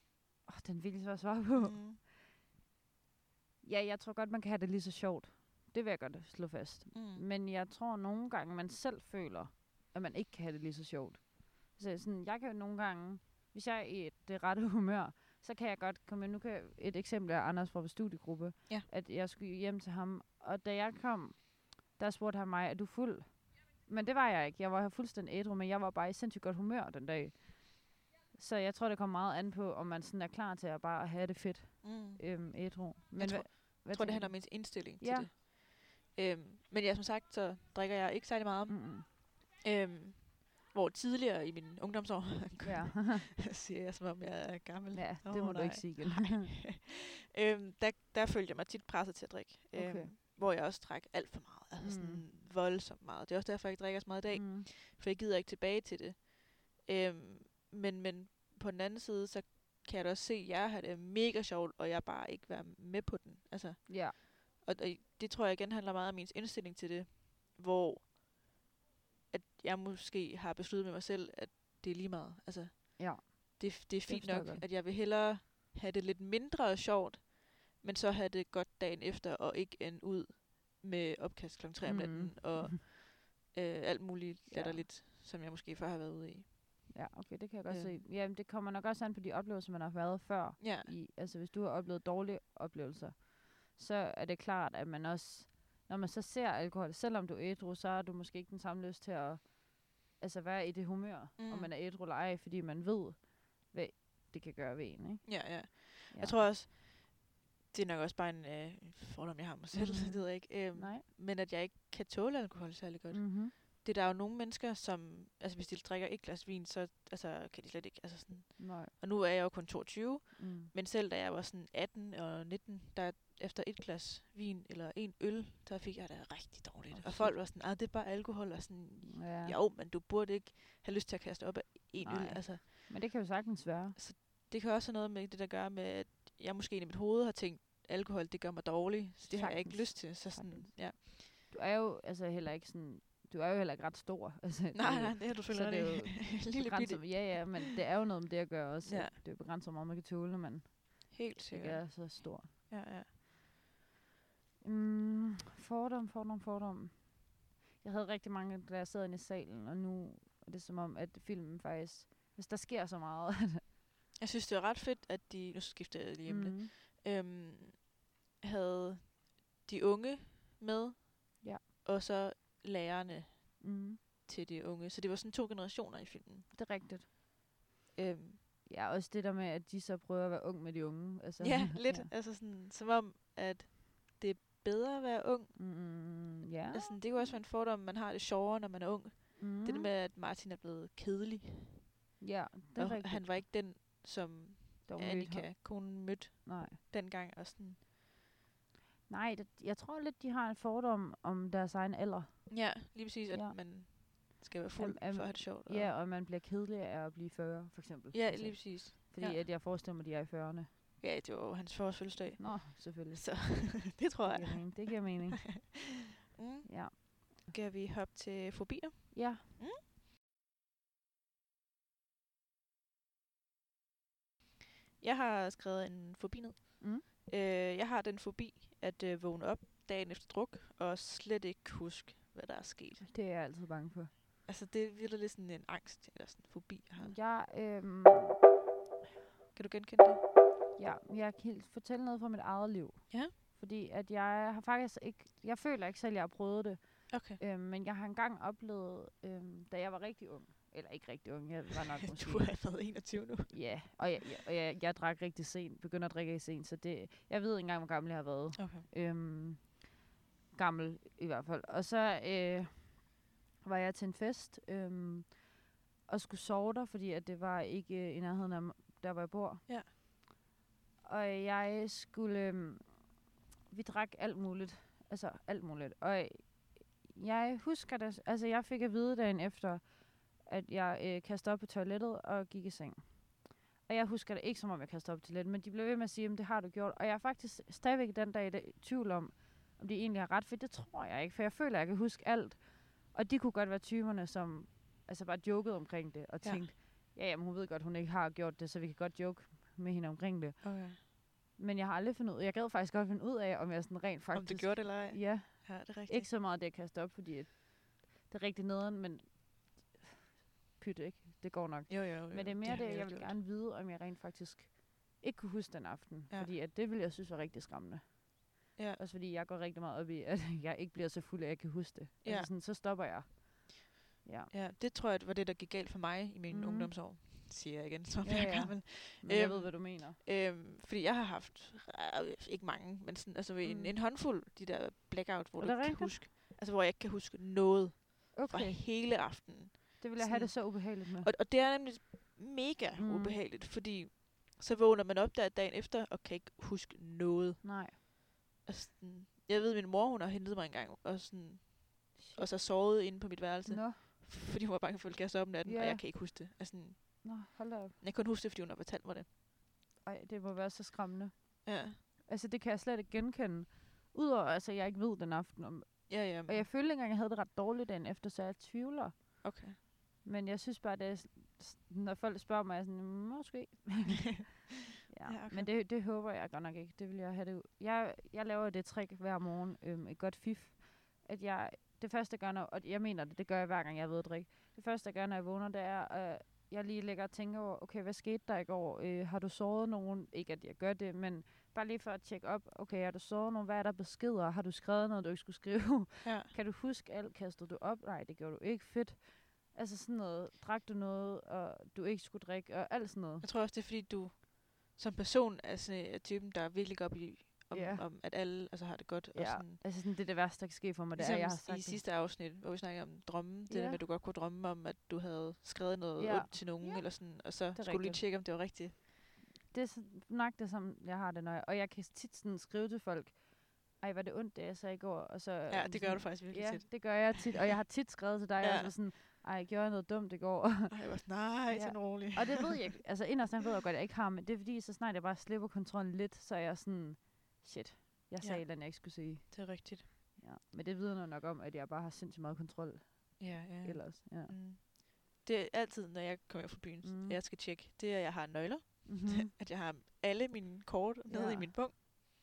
er virkelig svært at svare på. Ja, jeg tror godt, man kan have det lige så sjovt Det vil jeg godt slå fast. Men jeg tror nogle gange, man selv føler, at man ikke kan have det lige så sjovt. Så sådan, jeg kan jo nogle gange, hvis jeg er i det rette humør, så kan jeg godt komme ind. Nu kan jeg, et eksempel er Anders fra vores studiegruppe, at jeg skulle hjem til ham. Og da jeg kom, der spurgte han mig, er du fuld? Men det var jeg ikke. Jeg var fuldstændig ædru, men jeg var bare i sindssygt godt humør den dag. Så jeg tror, det kommer meget an på, om man sådan er klar til at bare have det fedt ædru. Men jeg tror, det handler om ens indstilling til det. Men ja, som sagt, så drikker jeg ikke særlig meget. Hvor tidligere i mine ungdomsår, siger jeg, som om jeg er gammel. Ja, det må du ikke sige igen. Der følte jeg mig tit presset til at drikke. Hvor jeg også drak alt for meget. Altså sådan voldsomt meget. Det er også derfor, jeg ikke drikker så meget i dag. For jeg gider ikke tilbage til det. Men på den anden side, så kan jeg da også se, at jeg har det mega sjovt, og jeg bare ikke være med på den. Altså. Ja. Og det tror jeg igen handler meget om min indstilling til det. Hvor at jeg måske har besluttet med mig selv, at det er lige meget. Altså, det er fint nok, at jeg vil hellere have det lidt mindre sjovt, men så have det godt dagen efter, og ikke ende ud med opkast kl. 3 om natten, og alt muligt latterligt, som jeg måske før har været ude i. Ja, okay, det kan jeg godt se. Jamen, det kommer nok også an på de oplevelser, man har været før. Ja. Altså, hvis du har oplevet dårlige oplevelser, så er det klart, at man også, når man så ser alkohol, selvom du er ædru, så har du måske ikke den samme lyst til at være i det humør, om man er ædru eller ej, fordi man ved, hvad det kan gøre ved en, ikke? Ja. Jeg tror også, det er nok også bare en fordom, jeg har mig selv, det ved jeg ikke. Men at jeg ikke kan tåle alkohol særlig godt. Det er der jo nogle mennesker, som, altså hvis de drikker et glas vin, så kan de slet ikke, altså sådan. Nej. Og nu er jeg jo kun 22, men selv da jeg var sådan 18 og 19, der efter et glas vin eller en øl, der fik jeg det rigtig dårligt. Og folk var sådan, det er bare alkohol, og sådan, jo, men du burde ikke have lyst til at kaste op af en øl. Altså. Men det kan jo sagtens være. Så det kan også have noget med det, der gør med, at jeg måske i mit hoved har tænkt, alkohol, det gør mig dårlig, så det har jeg ikke lyst til. Så sådan, Du er jo heller ikke sådan, du er jo heller ikke ret stor. Altså, nej, det har du selvfølgelig ikke. Lille bitte. Ja, men det er jo noget med det at gøre også. Ja. Det er jo begrænset, hvor meget man kan tåle, men helt sikkert. Det er så stor. Ja. Fordom. Jeg havde rigtig mange, da jeg sad inde i salen, og nu er det som om, at filmen faktisk, hvis der sker så meget. Jeg synes, det er ret fedt, at de, nu skifter jeg lige emne, havde de unge med, og så lærerne til de unge. Så det var sådan 2 generationer i filmen. Det er rigtigt. Ja, også det der med, at de så prøver at være ung med de unge. Altså, ja, lidt. Altså sådan, som om, at det er bedre at være ung. Altså, det kan også være en fordom, man har det sjovere, når man er ung. Det der med, at Martin er blevet kedelig. Ja, det er rigtigt. Han var ikke den, som Annika, konen, mødte dengang. Og sådan. Nej, jeg tror lidt, de har en fordom om deres egen alder. Ja, lige præcis, at man skal være fuld for at have det sjovt. Ja, og man bliver kedelig af at blive 40, for eksempel. Ja, lige præcis. Fordi at jeg forestiller mig, at de er i 40'erne. Ja, det var jo hans forårsfødselsdag. Nå, selvfølgelig. Så det tror jeg. Det giver mening. Ja. Skal vi hoppe til fobier? Ja. Jeg har skrevet en fobi ned. Jeg har den fobi at vågne op dagen efter druk, og slet ikke huske, hvad der er sket. Det er jeg altid bange for. Altså, det er virkelig lidt sådan en angst, eller sådan en fobi, jeg har. Kan du genkende det? Ja, jeg kan helt fortælle noget fra mit eget liv. Ja. Fordi at jeg har faktisk ikke, jeg føler ikke selv, at jeg har prøvet det. Okay. Men jeg har engang oplevet, da jeg var rigtig ung, eller ikke rigtig ung, jeg var nok måske. Du har været 21 nu. Ja, og jeg drak rigtig sent, begynder at drikke sent, så det, jeg ved ikke engang, hvor gammel jeg har været. Okay. Gammel i hvert fald. Og så var jeg til en fest, og skulle sove der, fordi at det var ikke i nærheden af der, hvor jeg bor. Ja. Og jeg skulle, vi drak alt muligt, altså alt muligt. Og jeg husker det, altså jeg fik at vide dagen efter, at jeg kastede op på toilettet og gik i seng. Og jeg husker det ikke, som om jeg kastede op på toilettet, men de blev ved med at sige, at det har du gjort. Og jeg er faktisk stadigvæk den dag i tvivl om de egentlig har ret, for det tror jeg ikke, for jeg føler, at jeg kan huske alt. Og de kunne godt være typerne, som altså bare jokede omkring det, og tænkte, jamen hun ved godt, hun ikke har gjort det, så vi kan godt joke med hende omkring det. Okay. Men jeg har aldrig fundet ud af, jeg gad faktisk godt finde ud af, om jeg sådan rent faktisk... Om du gjorde det eller ej? Ja, Ja, det er rigtigt. Ikke så meget det at kaste op, fordi det er rigtig nederen, men pyt ikke. Det går nok. Jo. Men det er mere det, jeg vil gerne vide, om jeg rent faktisk ikke kunne huske den aften. Ja. Fordi at det ville jeg synes var rigtig skræmmende. Ja. Også fordi jeg går rigtig meget op i, at jeg ikke bliver så fuld, at jeg kan huske det. Ja. Altså sådan, så stopper jeg. Ja, det tror jeg var det, der gik galt for mig i mine ungdomsår. Siger jeg igen, som jeg er gammel. Men jeg ved, hvad du mener. Fordi jeg har haft, ikke mange, men sådan, altså en håndfuld, de der blackout, hvor du ikke kan huske. Altså, hvor jeg ikke kan huske noget fra hele aftenen. Det vil jeg have det så ubehageligt med. Og det er nemlig mega ubehageligt, fordi så vågner man op der dagen efter, og kan ikke huske noget. Nej. Altså, jeg ved, min mor, hun har hentet mig engang, og så sovet inde på mit værelse. Nå. Fordi hun var bange for at kaste op om natten, og jeg kan ikke huske det. Altså, nå, hold da op. Jeg kan kun huske det, fordi hun har fortalt mig det. Ej, det må være så skræmmende. Ja. Altså, det kan jeg slet ikke genkende. Udover, altså, jeg ikke ved den aften om. Ja. Og jeg følte engang, jeg havde det ret dårligt dagen efter, så jeg tvivler. Okay. Men jeg synes bare, det når folk spørger mig, er sådan, måske. Ja, okay. Men det håber jeg godt nok ikke. Det vil jeg have det. Jeg laver det trick hver morgen, et godt fif, at det første jeg gør, og jeg mener det gør jeg hver gang jeg ved at drikke. Det første jeg gør, når jeg vågner, det er, at jeg lige ligger og tænker over, okay, hvad skete der i går? Har du såret nogen? Ikke at jeg gør det, men bare lige for at tjekke op, okay, har du såret nogen? Hvad er der beskeder? Har du skrevet noget, du ikke skulle skrive? Ja. Kan du huske alt? Kastede du op? Nej, det gjorde du ikke. Fedt. Altså sådan noget, drak du noget, og du ikke skulle drikke, og alt sådan noget. Jeg tror også, det er fordi, du som person er typen, der virkelig går op i, om at alle har det godt. Ja, og sådan. Altså sådan, det er det værste, der kan ske for mig, det ligesom er, jeg har sagt i sidste afsnit, hvor vi snakkede om drømme, det der med, at du godt kunne drømme om, at du havde skrevet noget ondt til nogen, eller sådan, og så skulle du lige tjekke, om det var rigtigt. Det er nok det, som jeg har det, og jeg kan tit sådan skrive til folk, ej, var det ondt, det jeg sagde i går? Og så, ja, det gør du faktisk virkelig tit. Ja, det gør jeg tit, og jeg har tit skrevet til dig, og sådan, ej, jeg gjorde noget dumt i går. Jeg var sådan, nej, sådan roligt. Og det ved jeg, altså inderst ved jeg godt, at jeg ikke har, men det er fordi, så snart jeg bare slipper kontrollen lidt, så er jeg sådan, shit, jeg sagde et, jeg ikke skulle sige. Det er rigtigt. Ja, men det vidner nok om, at jeg bare har sindssygt meget kontrol. Ja. Ellers, ja. Det er altid, når jeg kommer fra byen, jeg skal tjekke, det er, at jeg har nøgler, at jeg har alle mine kort nede i min punkt,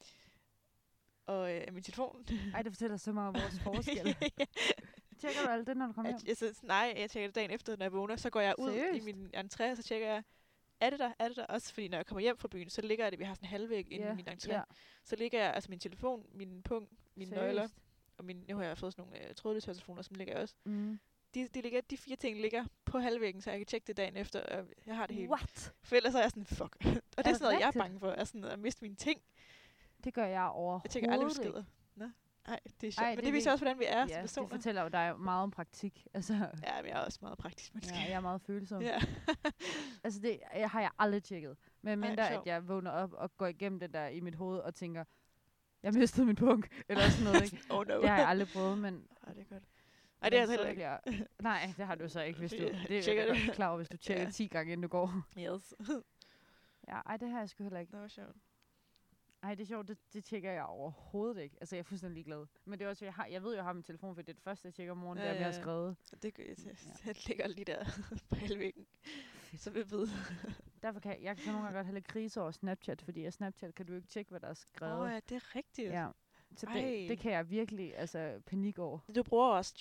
og min telefon. Ej, det fortæller så meget om vores forskel. Tjekker du alt det, når du kommer hjem? Nej, jeg tjekker det dagen efter, når jeg vågner. Så går jeg ud i min entré, og så tjekker jeg, er det der? Også fordi, når jeg kommer hjem fra byen, så ligger det, vi har sådan en halvvæg inde i min entré. Yeah. Så ligger jeg, altså min telefon, min punkt, mine nøgler, og nu har jeg fået sådan nogle trådløse høretelefoner, som ligger også. De 4 ting ligger på halvvæggen, så jeg kan tjekke det dagen efter, og jeg har det hele. What? For ellers er jeg sådan, fuck. Og det er sådan noget, jeg er bange for, at miste mine ting. Det gør jeg overhovedet. Jeg tjekker aldrig beskeder. Nej, det er sjovt. Men det viser også, hvordan vi er som personer. Det fortæller jo dig meget om praktik. Altså. Ja, men jeg er også meget praktisk menneske. Ja, jeg er meget følsom. Ja. Altså, det har jeg aldrig tjekket. Men mindre, at jeg vågner op og går igennem det der i mit hoved og tænker, jeg mistede min punk, eller sådan noget, ikke? Oh no. Det har jeg aldrig prøvet, men... Ja, det er godt. Ej, det er altså ikke. Nej, det har du så ikke, hvis du... Det er jeg godt klar over, hvis du tjekker 10 gange, inden du går. Yes. Ja, det har jeg sgu heller ikke. Det var sjovt. Ej, det er sjovt, det tjekker jeg overhovedet ikke. Altså, jeg er fuldstændig ligeglad. Men det er også, jeg ved jo, jeg har min telefon, for det er det første, jeg tjekker om morgenen, der jeg har skrevet. Det ligger lige der på halvvæggen. Så vi ved. Derfor kan jeg kan nogle gange godt have lidt krise over Snapchat, fordi i Snapchat kan du ikke tjekke, hvad der er skrevet. Ja, det er rigtigt. Ja. Så det kan jeg virkelig panik over. Du bruger også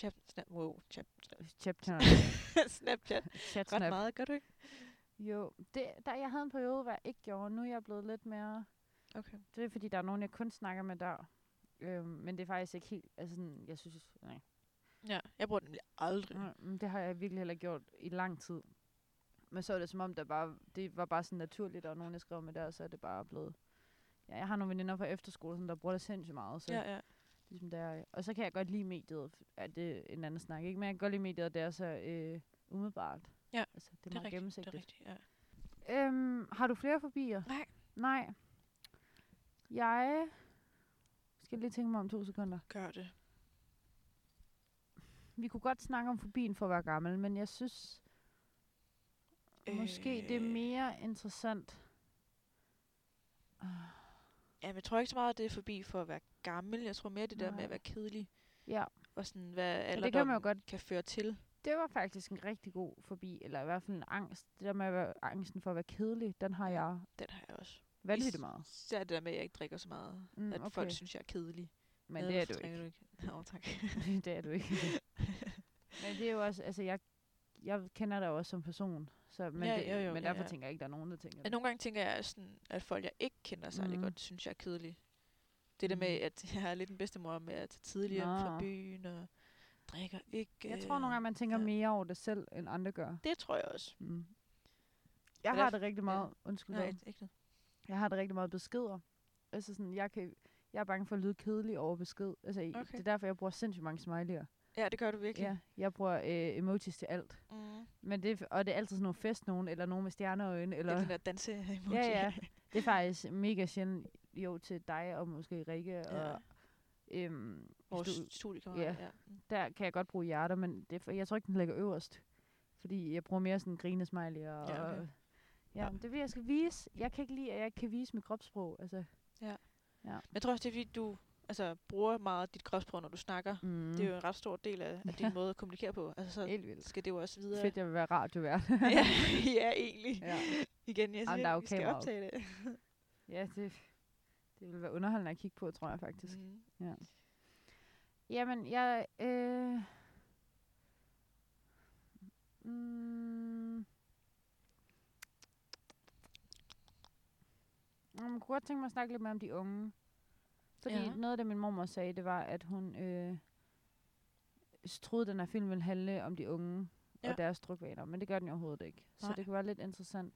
Snapchat ret meget, gør du ikke? Jo, jeg havde en periode, hvor jeg ikke gjorde. Nu er jeg blevet lidt mere... Okay. Det er fordi, der er nogen, jeg kun snakker med der. Men det er faktisk ikke helt... Altså sådan, jeg synes... Nej. Ja, jeg bruger den nemlig aldrig. Det har jeg virkelig heller gjort i lang tid. Men så er det som om, det var bare sådan naturligt, og nogen, jeg skrev med der, så er det bare blevet... Ja, jeg har nogle veninder på efterskole, der bruger det sindssygt meget. Så ja. Ligesom der. Og så kan jeg godt lide mediet. Ja, det er en anden snak, ikke? Men jeg kan godt lide mediet, det er så umiddelbart. Ja, altså, det er meget gennemsigtigt. Det er rigtigt, ja. Har du flere fobier? Nej. Jeg skal lige tænke mig om 2 sekunder. Gør det. Vi kunne godt snakke om fobien for at være gammel, men jeg synes måske det er mere interessant. Ja, men jeg tror ikke så meget, at det er forbi for at være gammel. Jeg tror mere det der med at være kedelig. Ja. Og sådan, hvad alderdom kan føre til. Det var faktisk en rigtig god fobi, eller i hvert fald en angst. Det der med at være angsten for at være kedelig, den har jeg. Den har jeg også. Vanvittigt meget. Især det der med, at jeg ikke drikker så meget. At folk synes, jeg er kedelig. Men det er du ikke. Nå, tak. Det er du ikke. Men det er jo også, altså jeg kender dig også som person, så, men, men derfor tænker jeg ikke, der er nogen, der tænker det. Nogle gange tænker jeg sådan, at folk, jeg ikke kender særlig godt, synes jeg er kedelige. Det der med, at jeg er lidt en bedstemor med at tage tidligere fra byen og drikker ikke. Jeg tror nogle gange, man tænker mere over det selv, end andre gør. Det tror jeg også. Jeg har det rigtig meget, undskyld. Nej, ikke noget. Jeg har det rigtig meget beskeder. Altså sådan, jeg er bange for at lyde kedelig over besked. Altså, det er derfor, jeg bruger sindssygt mange smiley'er. Ja, det gør du virkelig. Ja, jeg bruger emojis til alt. Men det er altid sådan nogle fest nogen, eller nogen med stjerneøjne. Eller den der danse-emoji. Ja. Det er faktisk mega sjældent. Jo, til dig og måske Rikke. Ja. Og, vores studiekammerat. Ja. Der kan jeg godt bruge hjerter, men jeg tror ikke, den ligger øverst. Fordi jeg bruger mere sådan grinesmiley og det vil jeg skal vise. Jeg kan ikke lide, at jeg ikke kan vise mit kropssprog. Altså. Ja. Jeg tror også, det er fordi, du bruger meget dit kropssprog, når du snakker. Det er jo en ret stor del af din måde at kommunikere på. Altså, så skal det jo også videre. Fedt, jeg vil være radiovært. ja, egentlig. Ja. Igen, jeg siger, vi skal optage det. Ja, det vil være underholdende at kigge på, tror jeg faktisk. Ja. Jamen, jeg... Jeg kunne godt tænke mig at snakke lidt mere om de unge. Fordi noget af det, min mormor sagde, det var, at hun troede, at den her film ville handle om de unge og deres drukvaner. Men det gør den jo overhovedet ikke. Så det kan være lidt interessant.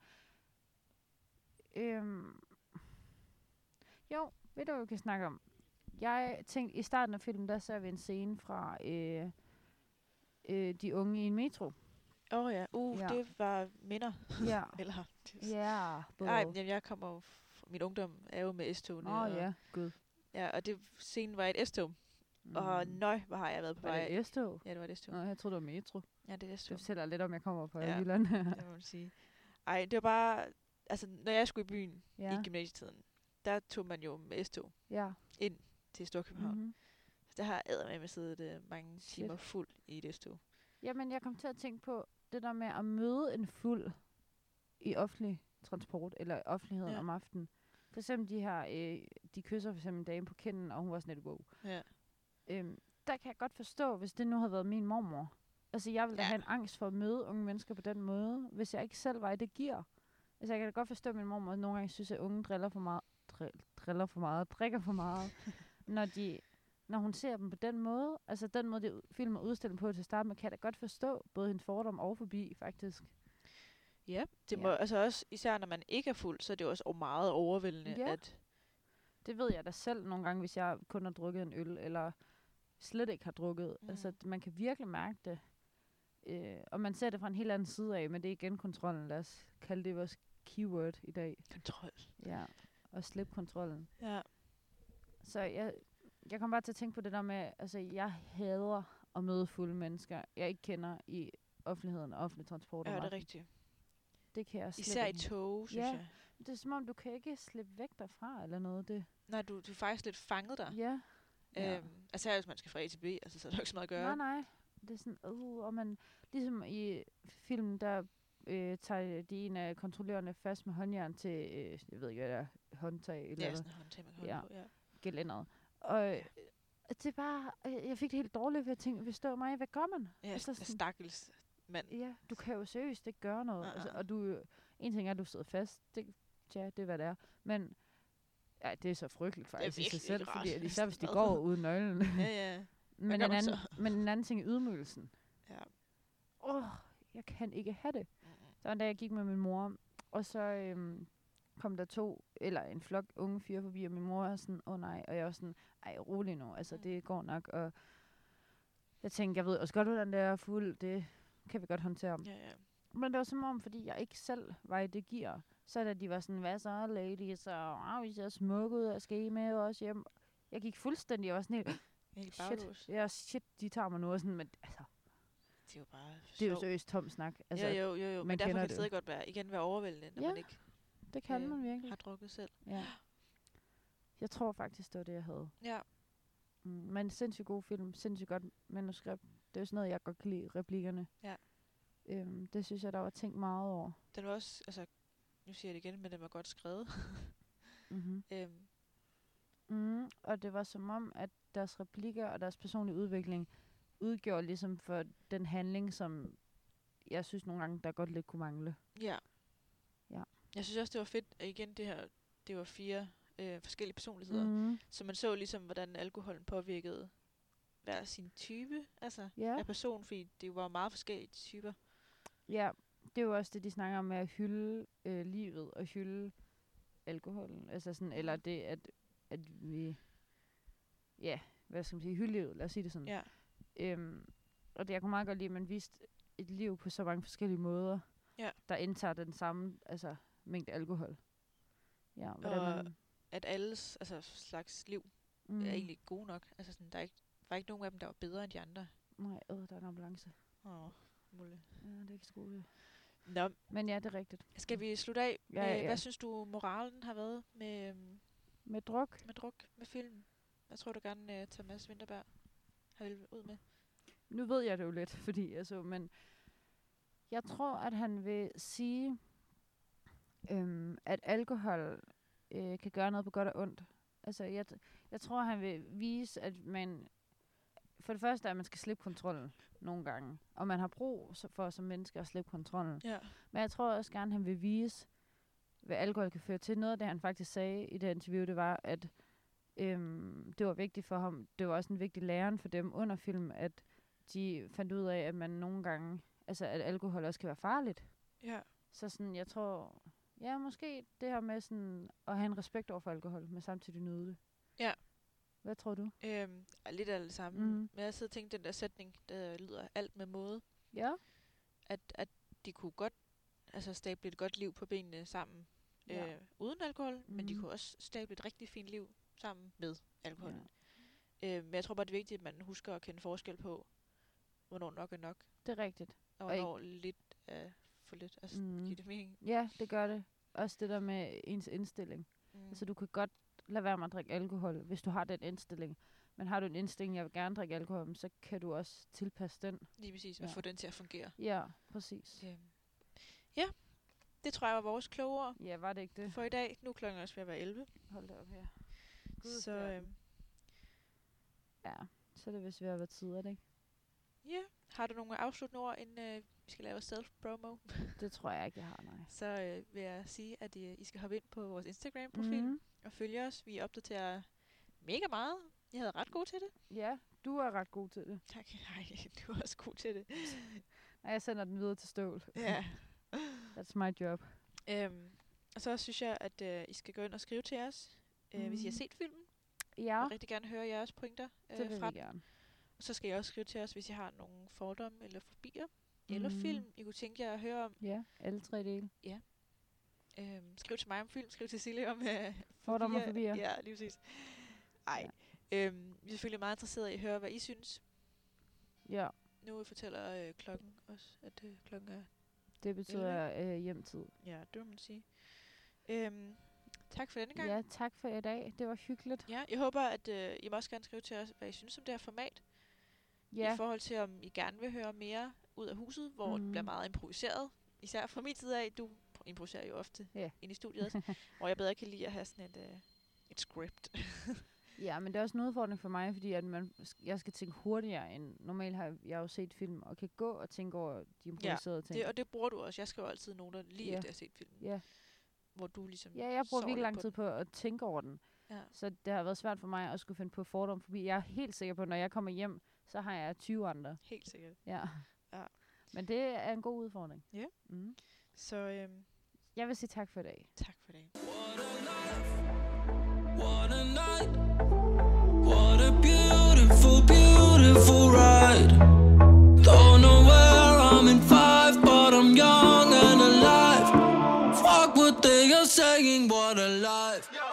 Jo, ved du, vi kan snakke om? Jeg tænkte, i starten af filmen, der ser vi en scene fra de unge i en metro. Det var minder. Ja. Eller, jeg kommer jo min ungdom er jo med S-togene. Gud. Ja, og scenen var et S-tog. Og hvor har jeg været på vej. Var det S-tog? Ja, det var et S-tog. Nå, jeg troede, det var metro. Ja, det er S-tog. Det fortæller lidt om, jeg kommer fra Jylland. Det må man sige. Ej, det var bare... Altså, når jeg skulle i byen i gymnasietiden, der tog man jo med S-tog ind til Storkøbenhavn. Så der har jeg med siddet mange timer fuld i et S-tog. Jamen, jeg kom til at tænke på det der med at møde en fuld i offentlig transport, eller offentligheden om aftenen. For eksempel de kysser for eksempel en dame på kinden, og hun var sådan lidt wow. Ja. Der kan jeg godt forstå, hvis det nu havde været min mormor. Altså, jeg ville da have en angst for at møde unge mennesker på den måde, hvis jeg ikke selv var i det gear. Altså, jeg kan da godt forstå, at min mormor nogle gange synes, at unge drikker for meget, når hun ser dem på den måde. Altså, den måde, det film er udstillet på til at starte med, kan jeg da godt forstå både hendes fordom og forbi, faktisk. Ja, det må altså også, især når man ikke er fuld, så er det også meget overvældende. At det ved jeg da selv nogle gange, hvis jeg kun har drukket en øl, eller slet ikke har drukket. Altså, man kan virkelig mærke det. Og man ser det fra en helt anden side af, men det er igen kontrollen. Lad os kalde det vores keyword i dag. Kontrol. Ja, og slip kontrollen. Ja. Så jeg kom bare til at tænke på det der med, altså jeg hader at møde fulde mennesker, jeg ikke kender i offentligheden og offentlig transport. Ja, det er rigtigt. Det kan jeg slet især ikke. I tog, synes jeg. Det er som om, du kan ikke slippe væk derfra eller noget. Det. Nej, du er faktisk lidt fanget der. Ja. Altså hvis man skal fra A til B, altså, så er der ikke så meget at gøre. Nej. Det er sådan, og man, ligesom i filmen, der tager de en af kontrollørerne fast med håndjern til, jeg ved ikke, hvad det er, håndtag. Eller sådan en håndtag, man kan holde på, gelænderet. Og det er bare, jeg fik det helt dårligt ved at tænke, hvis det var mig, hvad gør man? Ja, altså, stakkels mand. Ja, du kan jo seriøst ikke gøre noget. Altså, og en ting er, at du sidder fast, det er, hvad det er. Men det er så frygteligt faktisk i sig selv, fordi især hvis de går uden nøglen. Ja. Men en anden ting er ydmygelsen. Ja. Jeg kan ikke have det. Så en dag, jeg gik med min mor, og så kom der en flok unge fyre forbi, og min mor var sådan, nej, og jeg var sådan, rolig nu, altså det går nok, og jeg tænkte, jeg ved også godt, hvordan det er fuld, det kan vi godt håndtere. Ja. Men det var som om, fordi jeg ikke selv var i det gear, så da de var sådan, hvad så, ladies, og vi ser smukke ud, og skal I med os hjem? Jeg gik fuldstændig, jeg var sådan helt, shit, de tager mig nu, og sådan, men altså, det er jo bare det er jo seriøst tom snak. Altså, jo, men derfor kan det stadig godt være overvældende, når man ikke det kan man virkelig. Har drukket selv. Ja. Jeg tror faktisk, det var det, jeg havde. Ja. Men sindssygt god film, sindssygt godt manuskript. Det er jo sådan noget, jeg godt kan lide, replikkerne. Ja. Det synes jeg, der var tænkt meget over. Den var også, altså, nu siger jeg det igen, men den var godt skrevet. Og det var som om, at deres replikker og deres personlige udvikling udgjorde ligesom for den handling, som jeg synes nogle gange, der godt lidt kunne mangle. Ja. Jeg synes også, det var fedt, at igen det var 4 forskellige personligheder. Så man så ligesom, hvordan alkoholen påvirkede hver sin type af person, fordi det var meget forskellige typer. Ja, det er jo også det, de snakker om med at hylde livet og hylde alkoholen. Altså sådan, eller det, at vi... Ja, hvad skal man sige? Hylde livet, lad os sige det sådan. Ja. Og det, jeg kunne meget godt lide, at man viste et liv på så mange forskellige måder, der indtager den samme mængde alkohol. Ja, og at alles slags liv er egentlig gode nok. Altså sådan, der var ikke nogen af dem, der var bedre end de andre. Nej, der er en ambulance. Muligt. Ja, det er ikke skole. Nå. Men ja, det er rigtigt. Skal vi slutte af? Ja. Hvad synes du, moralen har været med druk? Med film? Hvad tror du gerne, Thomas Vinterberg har vil ud med? Nu ved jeg det jo lidt, fordi men jeg tror, at han vil sige, at alkohol kan gøre noget på godt og ondt. Altså, jeg tror, han vil vise, at man... For det første er, at man skal slippe kontrollen nogle gange. Og man har brug for som menneske at slippe kontrollen. Ja. Men jeg tror også gerne, at han vil vise, hvad alkohol kan føre til. Noget af det, han faktisk sagde i det interview, det var, at det var vigtigt for ham. Det var også en vigtig læren for dem under film, at de fandt ud af, at man nogle gange... Altså, at alkohol også kan være farligt. Ja. Så sådan, jeg tror... Ja, måske det her med sådan at have en respekt over for alkohol, men samtidig nyde det. Ja. Hvad tror du? Lidt af det samme. Men jeg har siddet og tænkt den der sætning, der lyder alt med måde. Ja. At de kunne godt stable et godt liv på benene sammen uden alkohol, men de kunne også stable et rigtig fint liv sammen med alkohol. Ja. Men jeg tror bare, det er vigtigt, at man husker at kende forskel på, hvornår nok er nok. Det er rigtigt. Og hvornår lidt er for lidt. Altså, giver det mening? Ja, det gør det. Også det der med ens indstilling. Altså, du kan godt lade være med at drikke alkohol, hvis du har den indstilling. Men har du en indstilling, jeg vil gerne drikke alkohol, så kan du også tilpasse den. Lige præcis, og få den til at fungere. Ja, præcis. Ja, det tror jeg var vores kloge ord. Ja, var det ikke det? For i dag, nu er klokken også ved at være 11. Hold da op her. Så ja, så er det vist ved at være tid, er det ikke? Ja. Har du nogle afsluttende ord, inden vi skal lave self-promo? Det tror jeg ikke, jeg har, nej. Så vil jeg sige, at I skal hoppe ind på vores Instagram-profil og følge os. Vi opdaterer mega meget. Jeg havde ret god til det. Ja, du er ret god til det. Tak. Nej, du er også god til det. Nej, jeg sender den videre til Stål. Ja. That's my job. Og så synes jeg, at I skal gå ind og skrive til os, hvis I har set filmen. Ja. Jeg vil rigtig gerne høre jeres pointer det vil fra vi gerne. Så skal I også skrive til os, hvis I har nogle fordomme eller fobier, eller film, I kunne tænke jer at høre om. Ja, alle 3 dele. Ja. Skriv til mig om film, skriv til Silje om fordomme og fobier. Ja, lige præcis. Ej. Ja. Vi er selvfølgelig meget interesserede i at høre, hvad I synes. Ja. Nu fortæller klokken også, at klokken er... Det betyder hjemtid. Ja, det må man sige. Tak for denne gang. Ja, tak for i dag. Det var hyggeligt. Ja, jeg håber, at I må også gerne skrive til os, hvad I synes om det her format. Ja. I forhold til, om I gerne vil høre mere ud af huset, hvor det bliver meget improviseret. Især fra min side af. Du improviserer jo ofte ind i studiet også. Hvor jeg bedre kan lide at have sådan et script. Ja, men det er også en udfordring for mig, fordi at jeg skal tænke hurtigere end normalt har jeg jo set film, og kan gå og tænke over de improviserede ting. Og det bruger du også. Jeg skriver altid noter lige efter jeg har set filmen. Ja. Hvor du ligesom... Ja, jeg bruger virkelig lang tid på at tænke over den. Ja. Så det har været svært for mig at skulle finde på fordom, fordi jeg er helt sikker på, at når jeg kommer hjem, så har jeg 20 andre. Helt sikkert. Ja. Men det er en god udfordring. Ja. Så jeg vil sige tak for i dag. Tak for i dag. What a night. What a beautiful, beautiful ride. Don't know where I'm in 5, but I'm young and alive. Fuck what they are saying, what a life.